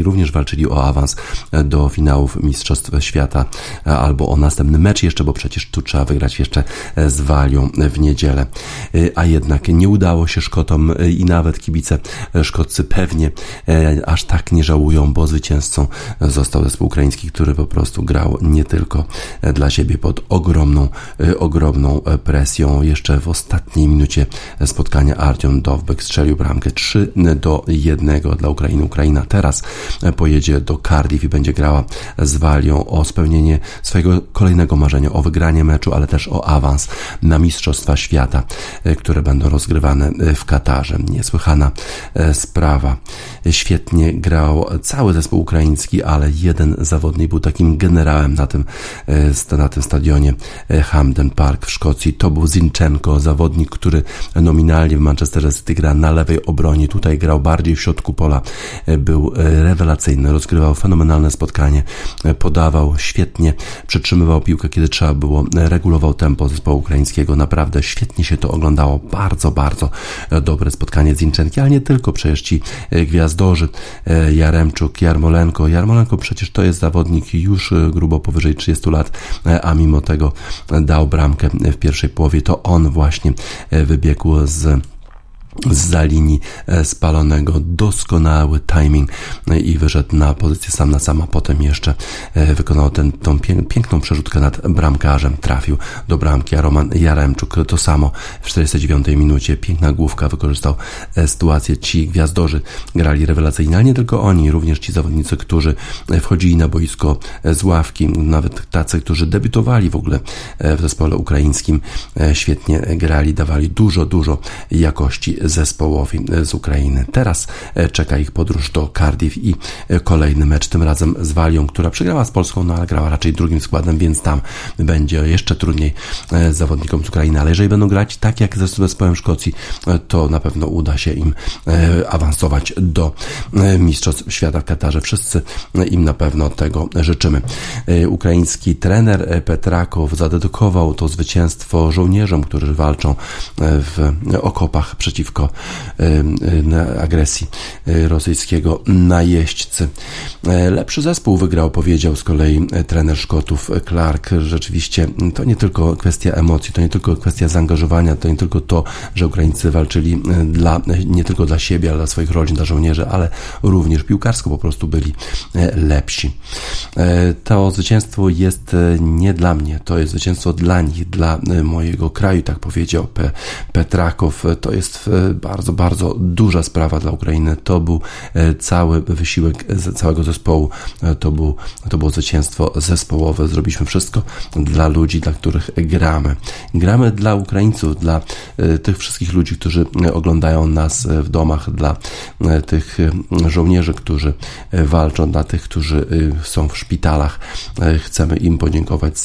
również walczyli o awans do finałów Mistrzostw Świata albo o następny mecz jeszcze, bo przecież tu trzeba wygrać jeszcze z Walią w niedzielę. A jednak nie udało się Szkotom i nawet kibice szkoccy pewnie aż tak nie żałują, bo zwycięzcą został zespół ukraiński, który po prostu grał nie tylko dla siebie pod ogromną presją. Jeszcze w ostatniej minucie spotkania Artiom Dovbyk strzelił bramkę 3-1 dla Ukrainy. Ukraina teraz pojedzie do Cardiff i będzie grała z Walią o spełnienie swojego kolejnego marzenia, o wygranie meczu, ale też o awans na Mistrzostwa Świata, które będą rozgrywane w Katarze. Niesłychana sprawa. Świetnie grał cały zespół ukraiński, ale jeden zawodnik był takim generałem na tym stadionie Hampden Park w Szkocji. To był Zinchenko, zawodnik, który nominalnie w Manchesterze City gra na lewej obronie. Tutaj grał bardziej w środku pola. Był rewelacyjny, rozgrywał fenomenalne spotkanie, podawał świetnie, przytrzymywał piłkę, kiedy trzeba było, regulował tempo zespołu ukraińskiego. Naprawdę świetnie się to oglądało. Bardzo, bardzo dobre spotkanie Zinchenki, ale nie tylko, przecież ci gwiazdorzy Jaremczuk, Jarmolenko. Jarmolenko przecież to jest zawodnik już grubo powyżej 30 lat, a mimo tego dał bramkę w pierwszej połowie. To on właśnie wybiegł zza linii spalonego, doskonały timing i wyszedł na pozycję sam na sam, a potem jeszcze wykonał tą piękną przerzutkę nad bramkarzem, trafił do bramki, a Roman Jaremczuk to samo w 49 minucie, piękna główka, wykorzystał sytuację. Ci gwiazdorzy grali rewelacyjnie, ale nie tylko oni, również ci zawodnicy, którzy wchodzili na boisko z ławki, nawet tacy, którzy debiutowali w ogóle w zespole ukraińskim, świetnie grali, dawali dużo jakości zespołowi z Ukrainy. Teraz czeka ich podróż do Cardiff i kolejny mecz, tym razem z Walią, która przegrała z Polską, no ale grała raczej drugim składem, więc tam będzie jeszcze trudniej zawodnikom z Ukrainy, ale jeżeli będą grać tak jak ze zespołem Szkocji, to na pewno uda się im awansować do Mistrzostw Świata w Katarze. Wszyscy im na pewno tego życzymy. Ukraiński trener Petrakow zadedykował to zwycięstwo żołnierzom, którzy walczą w okopach przeciwko agresji rosyjskiego najeźdźcy. Lepszy zespół wygrał, powiedział z kolei trener Szkotów Clark. Rzeczywiście to nie tylko kwestia emocji, to nie tylko kwestia zaangażowania, to nie tylko to, że Ukraińcy walczyli nie tylko dla siebie, ale dla swoich rodzin, dla żołnierzy, ale również piłkarsko po prostu byli lepsi. To zwycięstwo jest nie dla mnie, to jest zwycięstwo dla nich, dla mojego kraju, tak powiedział Petrakow. To jest bardzo, bardzo duża sprawa dla Ukrainy. To był cały wysiłek całego zespołu. To było zwycięstwo zespołowe. Zrobiliśmy wszystko dla ludzi, dla których gramy. Gramy dla Ukraińców, dla tych wszystkich ludzi, którzy oglądają nas w domach, dla tych żołnierzy, którzy walczą, dla tych, którzy są w szpitalach. Chcemy im podziękować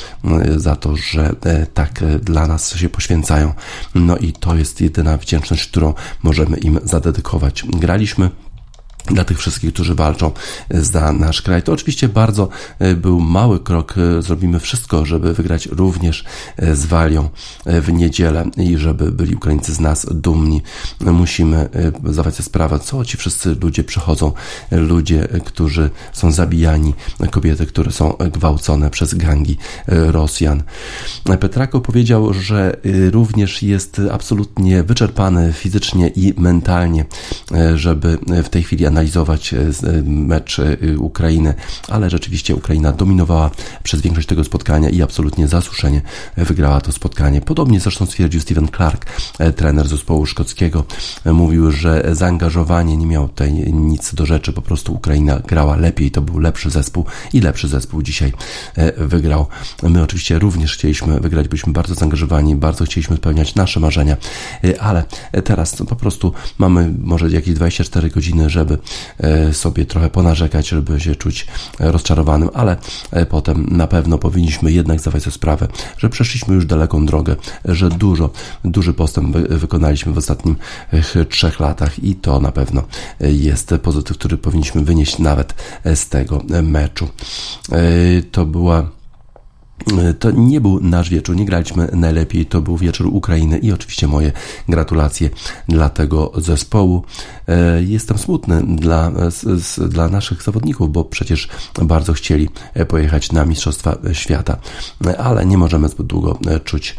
za to, że tak dla nas się poświęcają. No i to jest jedyna wdzięczność, którą możemy im zadedykować. Graliśmy dla tych wszystkich, którzy walczą za nasz kraj. To oczywiście bardzo był mały krok. Zrobimy wszystko, żeby wygrać również z Walią w niedzielę i żeby byli Ukraińcy z nas dumni. Musimy zdawać sobie sprawę, co ci wszyscy ludzie przychodzą. Ludzie, którzy są zabijani, kobiety, które są gwałcone przez gangi Rosjan. Petrakow powiedział, że również jest absolutnie wyczerpany fizycznie i mentalnie, żeby w tej chwili analizować mecz Ukrainy, ale rzeczywiście Ukraina dominowała przez większość tego spotkania i absolutnie zasłuszenie wygrała to spotkanie. Podobnie zresztą stwierdził Steven Clark, trener zespołu szkockiego. Mówił, że zaangażowanie nie miało tutaj nic do rzeczy, po prostu Ukraina grała lepiej, to był lepszy zespół i lepszy zespół dzisiaj wygrał. My oczywiście również chcieliśmy wygrać, byliśmy bardzo zaangażowani, bardzo chcieliśmy spełniać nasze marzenia, ale teraz po prostu mamy może jakieś 24 godziny, żeby sobie trochę ponarzekać, żeby się czuć rozczarowanym, ale potem na pewno powinniśmy jednak zdawać sobie sprawę, że przeszliśmy już daleką drogę, że duży postęp wykonaliśmy w ostatnich 3 latach i to na pewno jest pozytyw, który powinniśmy wynieść nawet z tego meczu. To była To nie był nasz wieczór, nie graliśmy najlepiej, to był wieczór Ukrainy i oczywiście moje gratulacje dla tego zespołu. Jestem smutny dla naszych zawodników, bo przecież bardzo chcieli pojechać na Mistrzostwa Świata, ale nie możemy zbyt długo czuć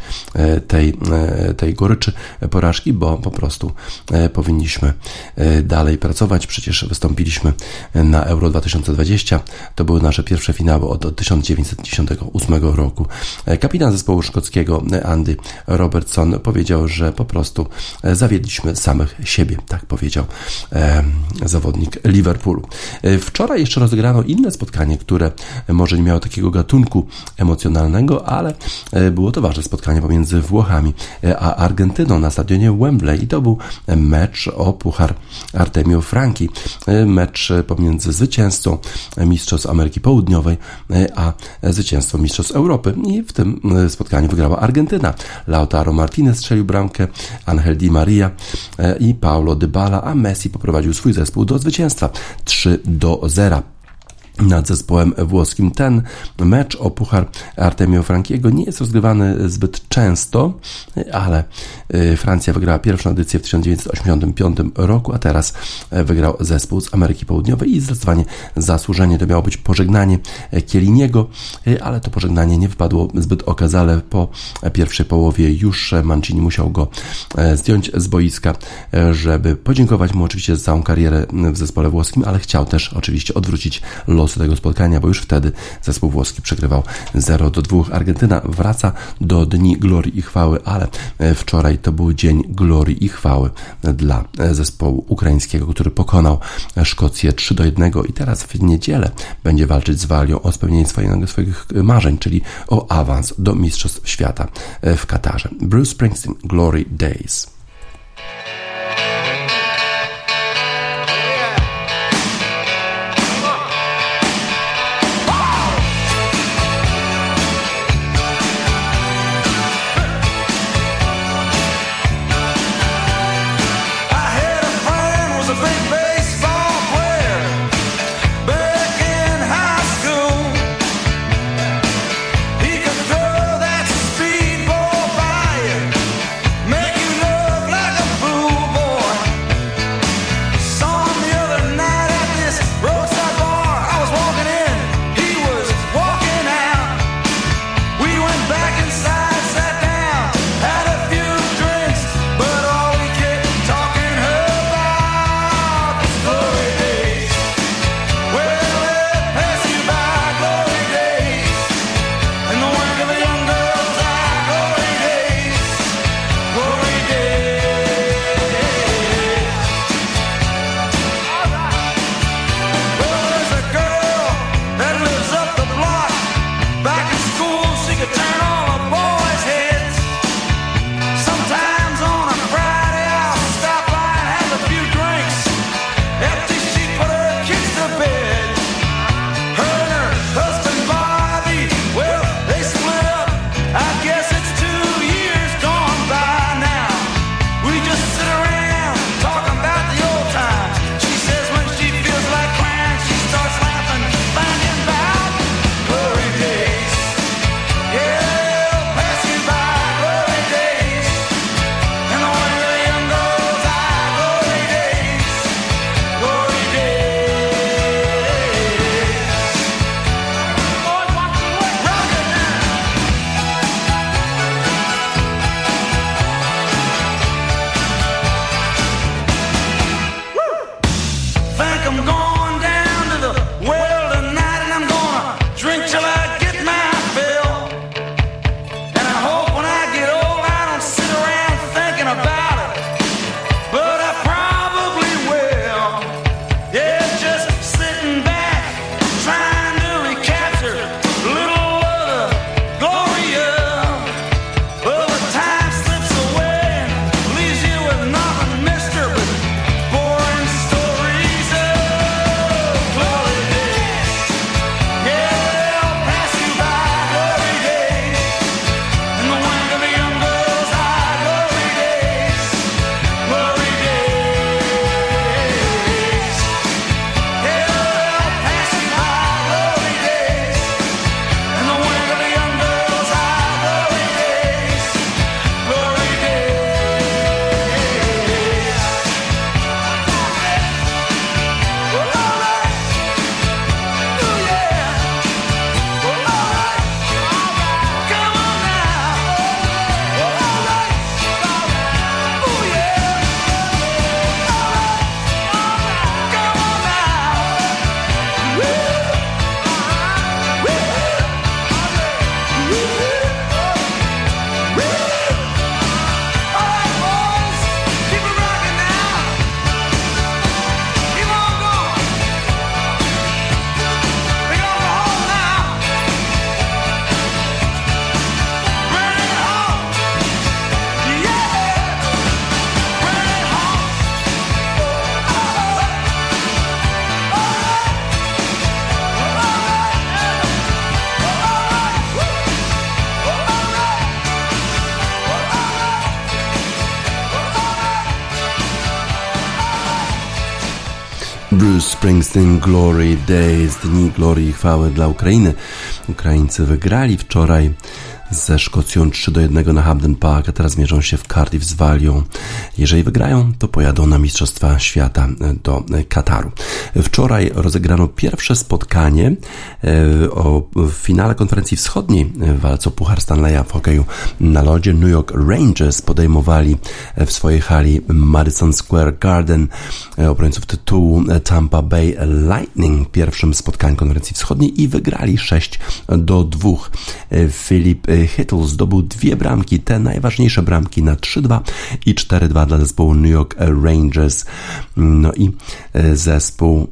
tej goryczy porażki, bo po prostu powinniśmy dalej pracować. Przecież wystąpiliśmy na Euro 2020, to były nasze pierwsze finały od 1998 roku. Kapitan zespołu szkockiego Andy Robertson powiedział, że po prostu zawiedliśmy samych siebie, tak powiedział zawodnik Liverpoolu. Wczoraj jeszcze rozegrano inne spotkanie, które może nie miało takiego gatunku emocjonalnego, ale było to ważne spotkanie pomiędzy Włochami a Argentyną na stadionie Wembley i to był mecz o Puchar Artemio Franchi. Mecz pomiędzy zwycięzcą Mistrzostw Ameryki Południowej a zwycięzcą Mistrzostw Europy i w tym spotkaniu wygrała Argentyna. Lautaro Martinez strzelił bramkę, Angel Di Maria i Paulo Dybala, a Messi poprowadził swój zespół do zwycięstwa 3-0 nad zespołem włoskim. Ten mecz o Puchar Artemio Franchiego nie jest rozgrywany zbyt często, ale Francja wygrała pierwszą edycję w 1985 roku, a teraz wygrał zespół z Ameryki Południowej i zdecydowanie zasłużenie. To miało być pożegnanie Chielliniego, ale to pożegnanie nie wypadło zbyt okazale. Po pierwszej połowie już Mancini musiał go zdjąć z boiska, żeby podziękować mu oczywiście za całą karierę w zespole włoskim, ale chciał też oczywiście odwrócić losy tego spotkania, bo już wtedy zespół włoski przegrywał 0-2. Argentyna wraca do dni glorii i chwały, ale wczoraj to był dzień glorii i chwały dla zespołu ukraińskiego, który pokonał Szkocję 3-1 i teraz w niedzielę będzie walczyć z Walią o spełnienie swoich marzeń, czyli o awans do Mistrzostw Świata w Katarze. Bruce Springsteen, Glory Days. Make you love Bruce Springsteen, Glory Days, dni glorii i chwały dla Ukrainy. Ukraińcy wygrali wczoraj ze Szkocją 3-1 na Hampden Park, a teraz mierzą się w Cardiff z Walią. Jeżeli wygrają, to pojadą na Mistrzostwa Świata do Kataru. Wczoraj rozegrano pierwsze spotkanie w finale konferencji wschodniej w walce o Puchar Stanleya w hokeju na lodzie. New York Rangers podejmowali w swojej hali Madison Square Garden obrońców tytułu Tampa Bay Lightning w pierwszym spotkaniu konferencji wschodniej i wygrali 6-2. Filip Chytil zdobył 2 bramki, te najważniejsze bramki na 3-2 i 4-2 dla zespołu New York Rangers. No i zespół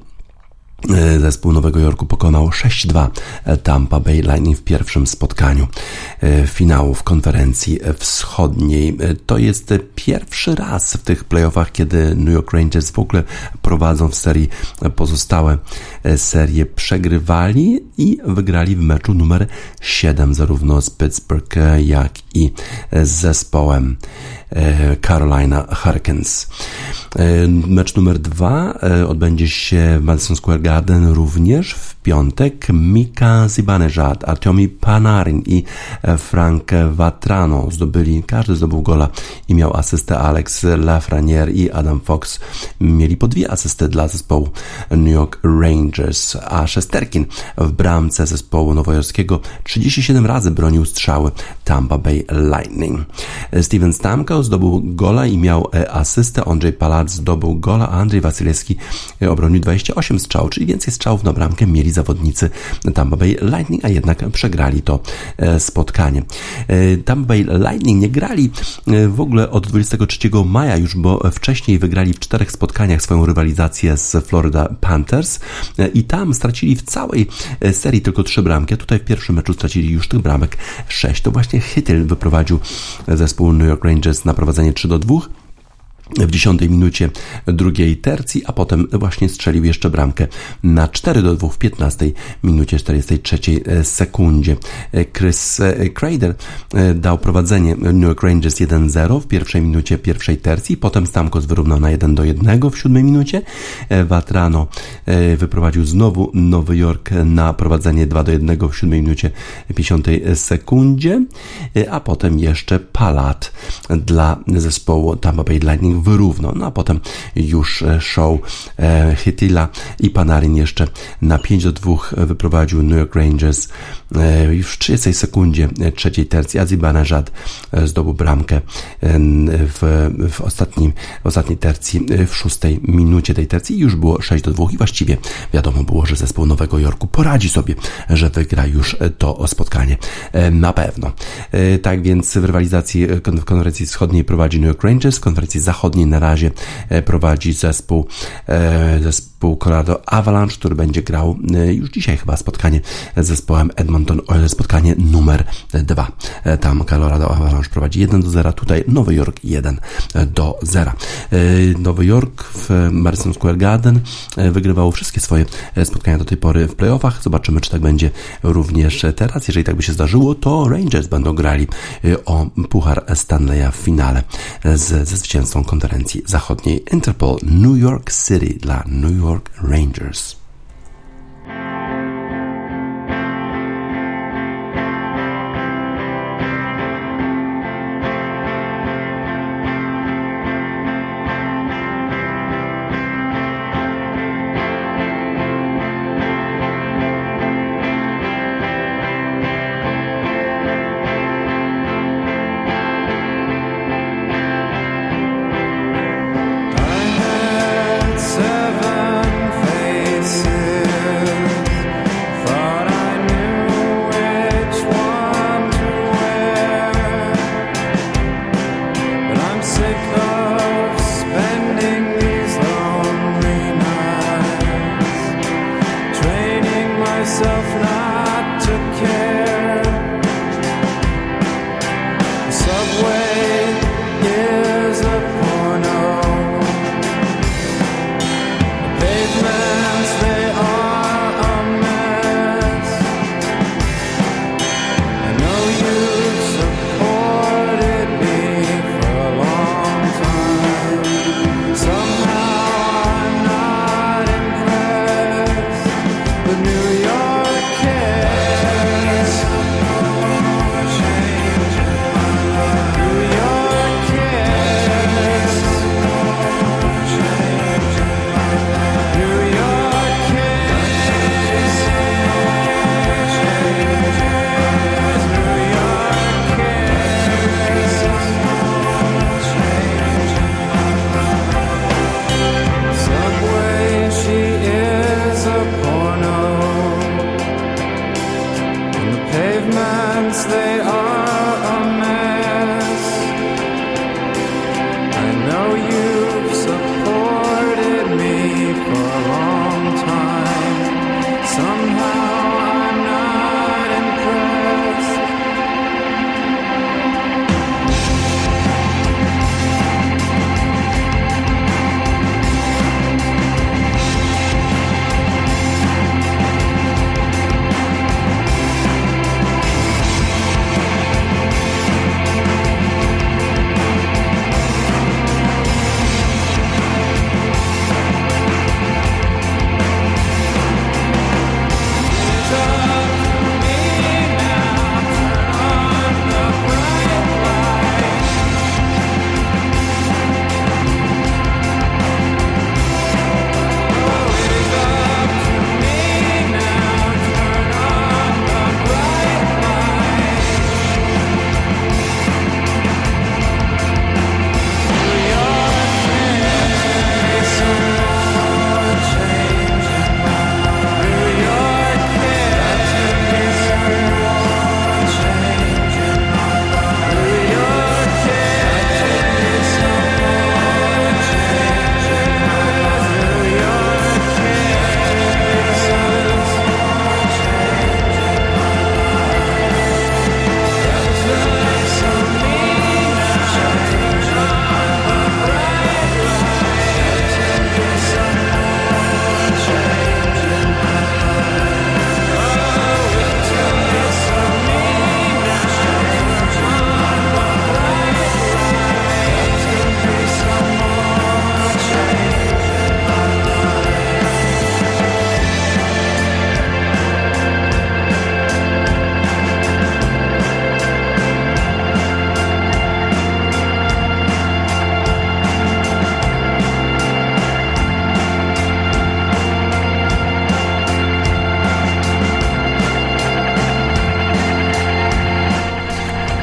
Nowego Jorku pokonał 6-2 Tampa Bay Lightning w pierwszym spotkaniu finałów konferencji wschodniej. To jest pierwszy raz w tych playoffach, kiedy New York Rangers w ogóle prowadzą w serii. Pozostałe serie przegrywali i wygrali w meczu numer 7 zarówno z Pittsburgh, jak i z zespołem Carolina Hurricanes. Mecz numer 2 odbędzie się w Madison Square Garden również w piątek. Mika Zibanejad, Artiomi Panarin i Frank Vatrano każdy zdobył gola i miał asystę. Alex Lafreniere i Adam Fox mieli po 2 asysty dla zespołu New York Rangers, a Shesterkin w bramce zespołu nowojorskiego 37 razy bronił strzały Tampa Bay Lightning. Steven Stamkos zdobył gola i miał asystę. Andrzej Palat zdobył gola, a Andrzej Wasilewski obronił 28 strzałów, czyli więcej strzałów na bramkę mieli zawodnicy Tampa Bay Lightning, a jednak przegrali to spotkanie. Tampa Bay Lightning nie grali w ogóle od 23 maja już, bo wcześniej wygrali w 4 spotkaniach swoją rywalizację z Florida Panthers i tam stracili w całej serii tylko 3 bramki, a tutaj w pierwszym meczu stracili już tych bramek 6. To właśnie Chytil wyprowadził zespół New York Rangers na prowadzenie 3-2 w 10 minucie drugiej tercji, a potem właśnie strzelił jeszcze bramkę na 4-2 w 15 minucie 43 sekundzie. Chris Kreider dał prowadzenie New York Rangers 1-0 w pierwszej minucie pierwszej tercji, potem Stamkos wyrównał na 1-1 w 7 minucie. Vatrano wyprowadził znowu Nowy Jork na prowadzenie 2-1 w 7 minucie 50 sekundzie, a potem jeszcze Palat dla zespołu Tampa Bay Lightning wyrównał. No a potem już show Chytila i Panarin jeszcze na 5-2 wyprowadził New York Rangers już w 30 sekundzie trzeciej tercji, a Zibanejad zdobył bramkę w ostatniej tercji w 6 minucie tej tercji i już było 6-2 i właściwie wiadomo było, że zespół Nowego Jorku poradzi sobie, że wygra już to spotkanie na pewno. Tak więc w rywalizacji w konferencji wschodniej prowadzi New York Rangers, w konferencji zachodniej na razie prowadzi zespół Colorado Avalanche, który będzie grał już dzisiaj chyba spotkanie z zespołem Edmonton Oilers, spotkanie numer 2. Tam Colorado Avalanche prowadzi 1-0, tutaj Nowy Jork 1-0. Nowy Jork w Madison Square Garden wygrywał wszystkie swoje spotkania do tej pory w playoffach. Zobaczymy, czy tak będzie również teraz. Jeżeli tak by się zdarzyło, to Rangers będą grali o Puchar Stanleya w finale ze zwycięzcą konferencji zachodniej. Interpol New York City dla New York Rangers. Seven faces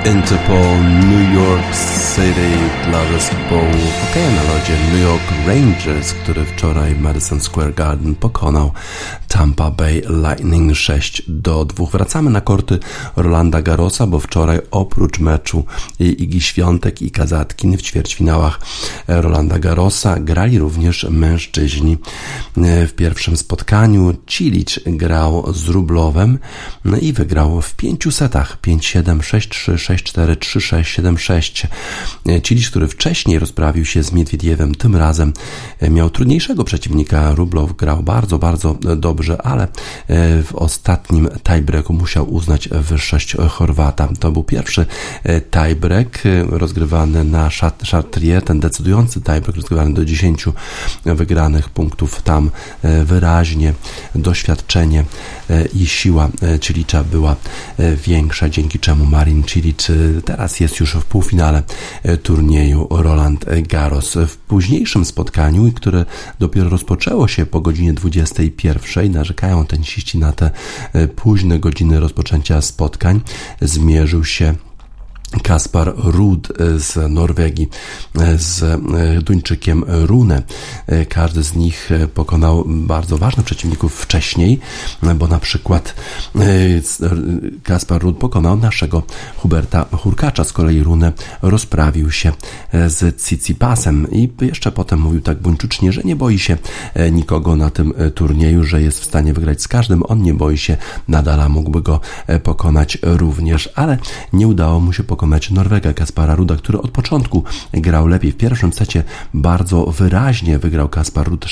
Interpol, New York City dla zespołu hokeja na lodzie New York Rangers, który wczoraj w Madison Square Garden pokonał Tampa Bay Lightning 6-2. Wracamy na korty Rolanda Garrosa, bo wczoraj oprócz meczu Igi Świątek i Kazatkin w ćwierćfinałach Rolanda Garrosa grali również mężczyźni. W pierwszym spotkaniu Cilic grał z Rublowem i wygrał w 5 setach 5-7, 6-3, 6-4, 3-6, 7-6. Cilic, który wcześniej rozprawił się z Miedwiediewem, tym razem miał trudniejszego przeciwnika. Rublow grał bardzo, bardzo dobrze, ale w ostatnim tiebreaku musiał uznać wyższość Chorwata. To był pierwszy tiebreak rozgrywany na Chartrier, ten decydujący tiebreak rozgrywany do 10 wygranych punktów. Tam wyraźnie doświadczenie i siła Cilicza była większa, dzięki czemu Marin Cilic teraz jest już w półfinale turnieju Roland Garros. W późniejszym spotkaniu, które dopiero rozpoczęło się po godzinie 21, narzekają tenisiści na te późne godziny rozpoczęcia spotkań, zmierzył się Kaspar Ruud z Norwegii z Duńczykiem Rune. Każdy z nich pokonał bardzo ważnych przeciwników wcześniej, bo na przykład Kaspar Ruud pokonał naszego Huberta Hurkacza, z kolei Rune rozprawił się z Tsitsipasem i jeszcze potem mówił tak buńczucznie, że nie boi się nikogo na tym turnieju, że jest w stanie wygrać z każdym. On nie boi się Nadala, mógłby go pokonać również, ale nie udało mu się pokonać Norwega Kaspara Ruuda, który od początku grał lepiej. W pierwszym secie bardzo wyraźnie wygrał Kaspar Ruud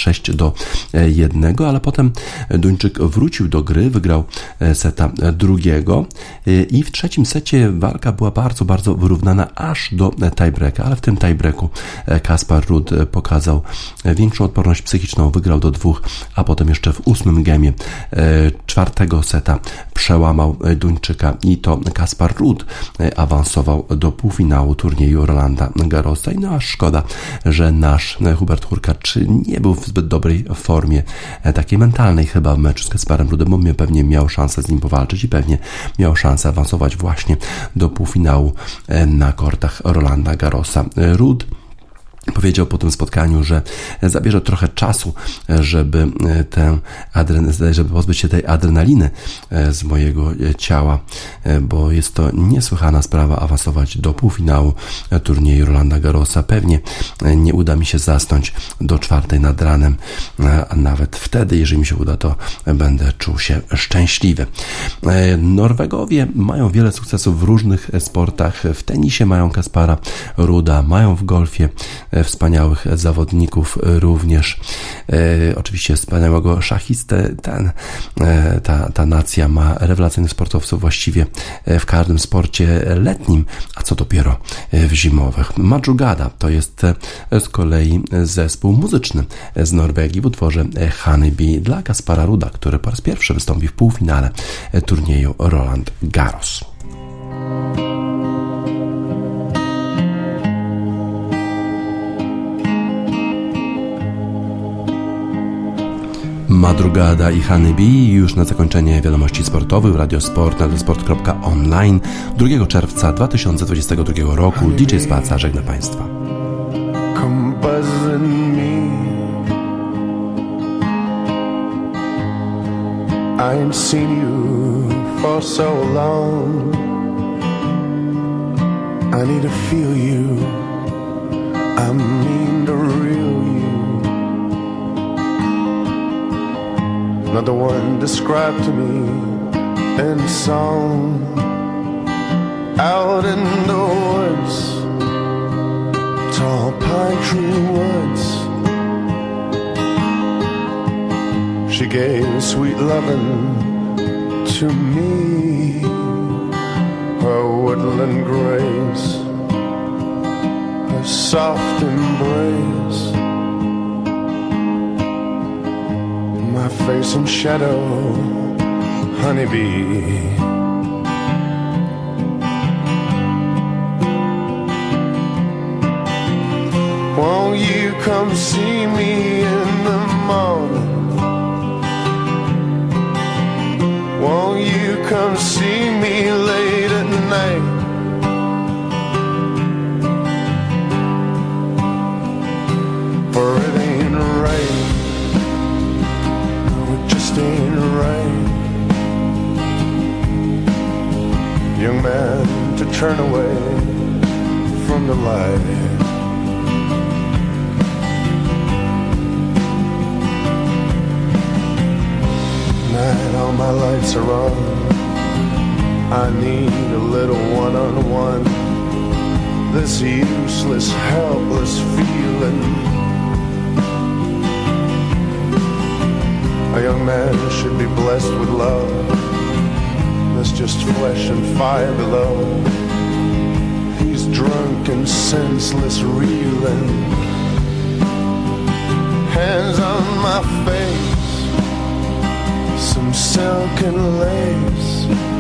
6-1, ale potem Duńczyk wrócił do gry, wygrał seta drugiego i w trzecim secie walka była bardzo, bardzo wyrównana aż do tiebreaka, ale w tym tiebreaku Kaspar Ruud pokazał większą odporność psychiczną, wygrał do 2, a potem jeszcze w 8. gemie czwartego seta przełamał Duńczyka i to Kaspar Ruud awansował do półfinału turnieju Rolanda Garrosa. I no aż szkoda, że nasz Hubert Hurkacz nie był w zbyt dobrej formie, takiej mentalnej chyba w meczu z Kasparem Ruudem, bo pewnie miał szansę z nim powalczyć i pewnie miał szansę awansować właśnie do półfinału na kortach Rolanda Garrosa. Ruud powiedział po tym spotkaniu, że zabierze trochę czasu, żeby pozbyć się tej adrenaliny z mojego ciała, bo jest to niesłychana sprawa awansować do półfinału turnieju Rolanda Garrosa. Pewnie nie uda mi się zasnąć do 4 nad ranem, a nawet wtedy, jeżeli mi się uda, to będę czuł się szczęśliwy. Norwegowie mają wiele sukcesów w różnych sportach. W tenisie mają Kaspara Ruuda, mają w golfie wspaniałych zawodników również. Oczywiście wspaniałego szachistę. Ta nacja ma rewelacyjnych sportowców właściwie w każdym sporcie letnim, a co dopiero w zimowych. Madrugada to jest z kolei zespół muzyczny z Norwegii w utworze Honeybee dla Kaspara Ruuda, który po raz pierwszy wystąpi w półfinale turnieju Roland Garros. Madrugada i Honeybee już na zakończenie wiadomości sportowych w Radiosport na radiosport.online 2 czerwca 2022 roku. DJ Spaca żegna Państwa. Come buzzing me, I ain't seen you for so long. I need to feel you, I mean to reel you. Not the one described to me in song. Out in the woods, tall pine tree woods. She gave sweet loving to me, her woodland grace, her soft embrace. My face in shadow, honeybee. Won't you come see me in the morning? Won't you come see me late at night? turn away from the light. Night, all my lights are on. I need a little one-on-one. This useless, helpless feeling. A young man should be blessed with love. There's just flesh and fire below. He's drunk and senseless, reeling. Hands on my face, some silken lace,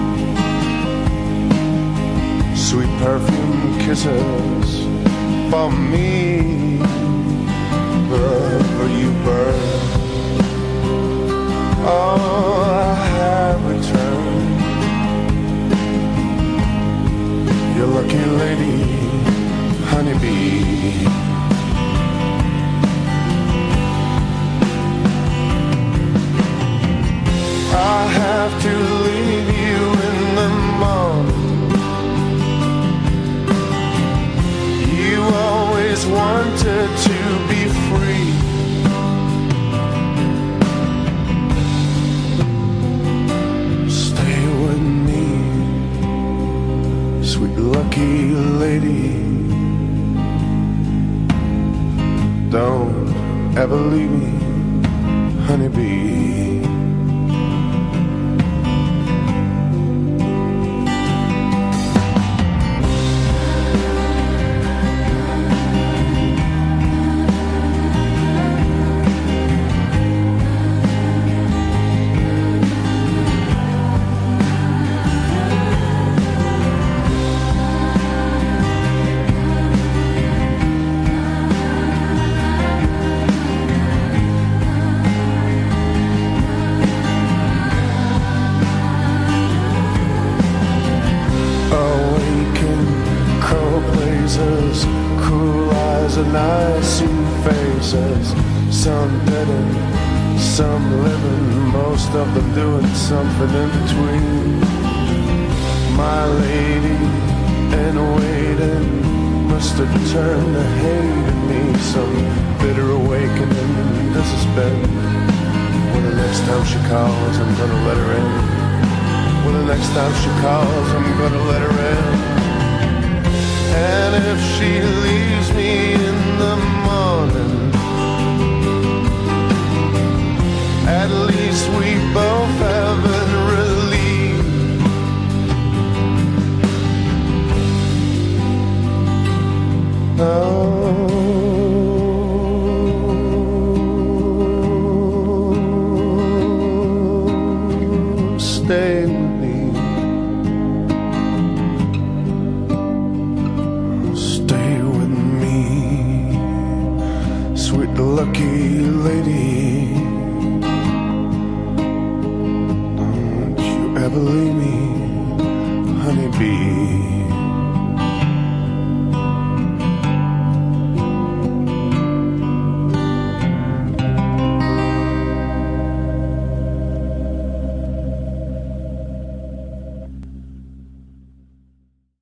sweet perfume kisses for me. Wherever you burn, oh, I have returned. Your lucky lady, honeybee. I have to leave you in the morning. You always wanted to be free. Stay with me, sweet lucky lady. Don't ever leave me, honeybee. Cruel eyes and icy faces. Some dead and some living, most of them doing something in between. My lady in waiting must have turned to hate in me. Some bitter awakening this has been. When the next time she calls, I'm gonna let her in. When the next time she calls, I'm gonna let her in. And if she leaves me in the morning, at least we both have been relieved. Oh, stay with me. Lucky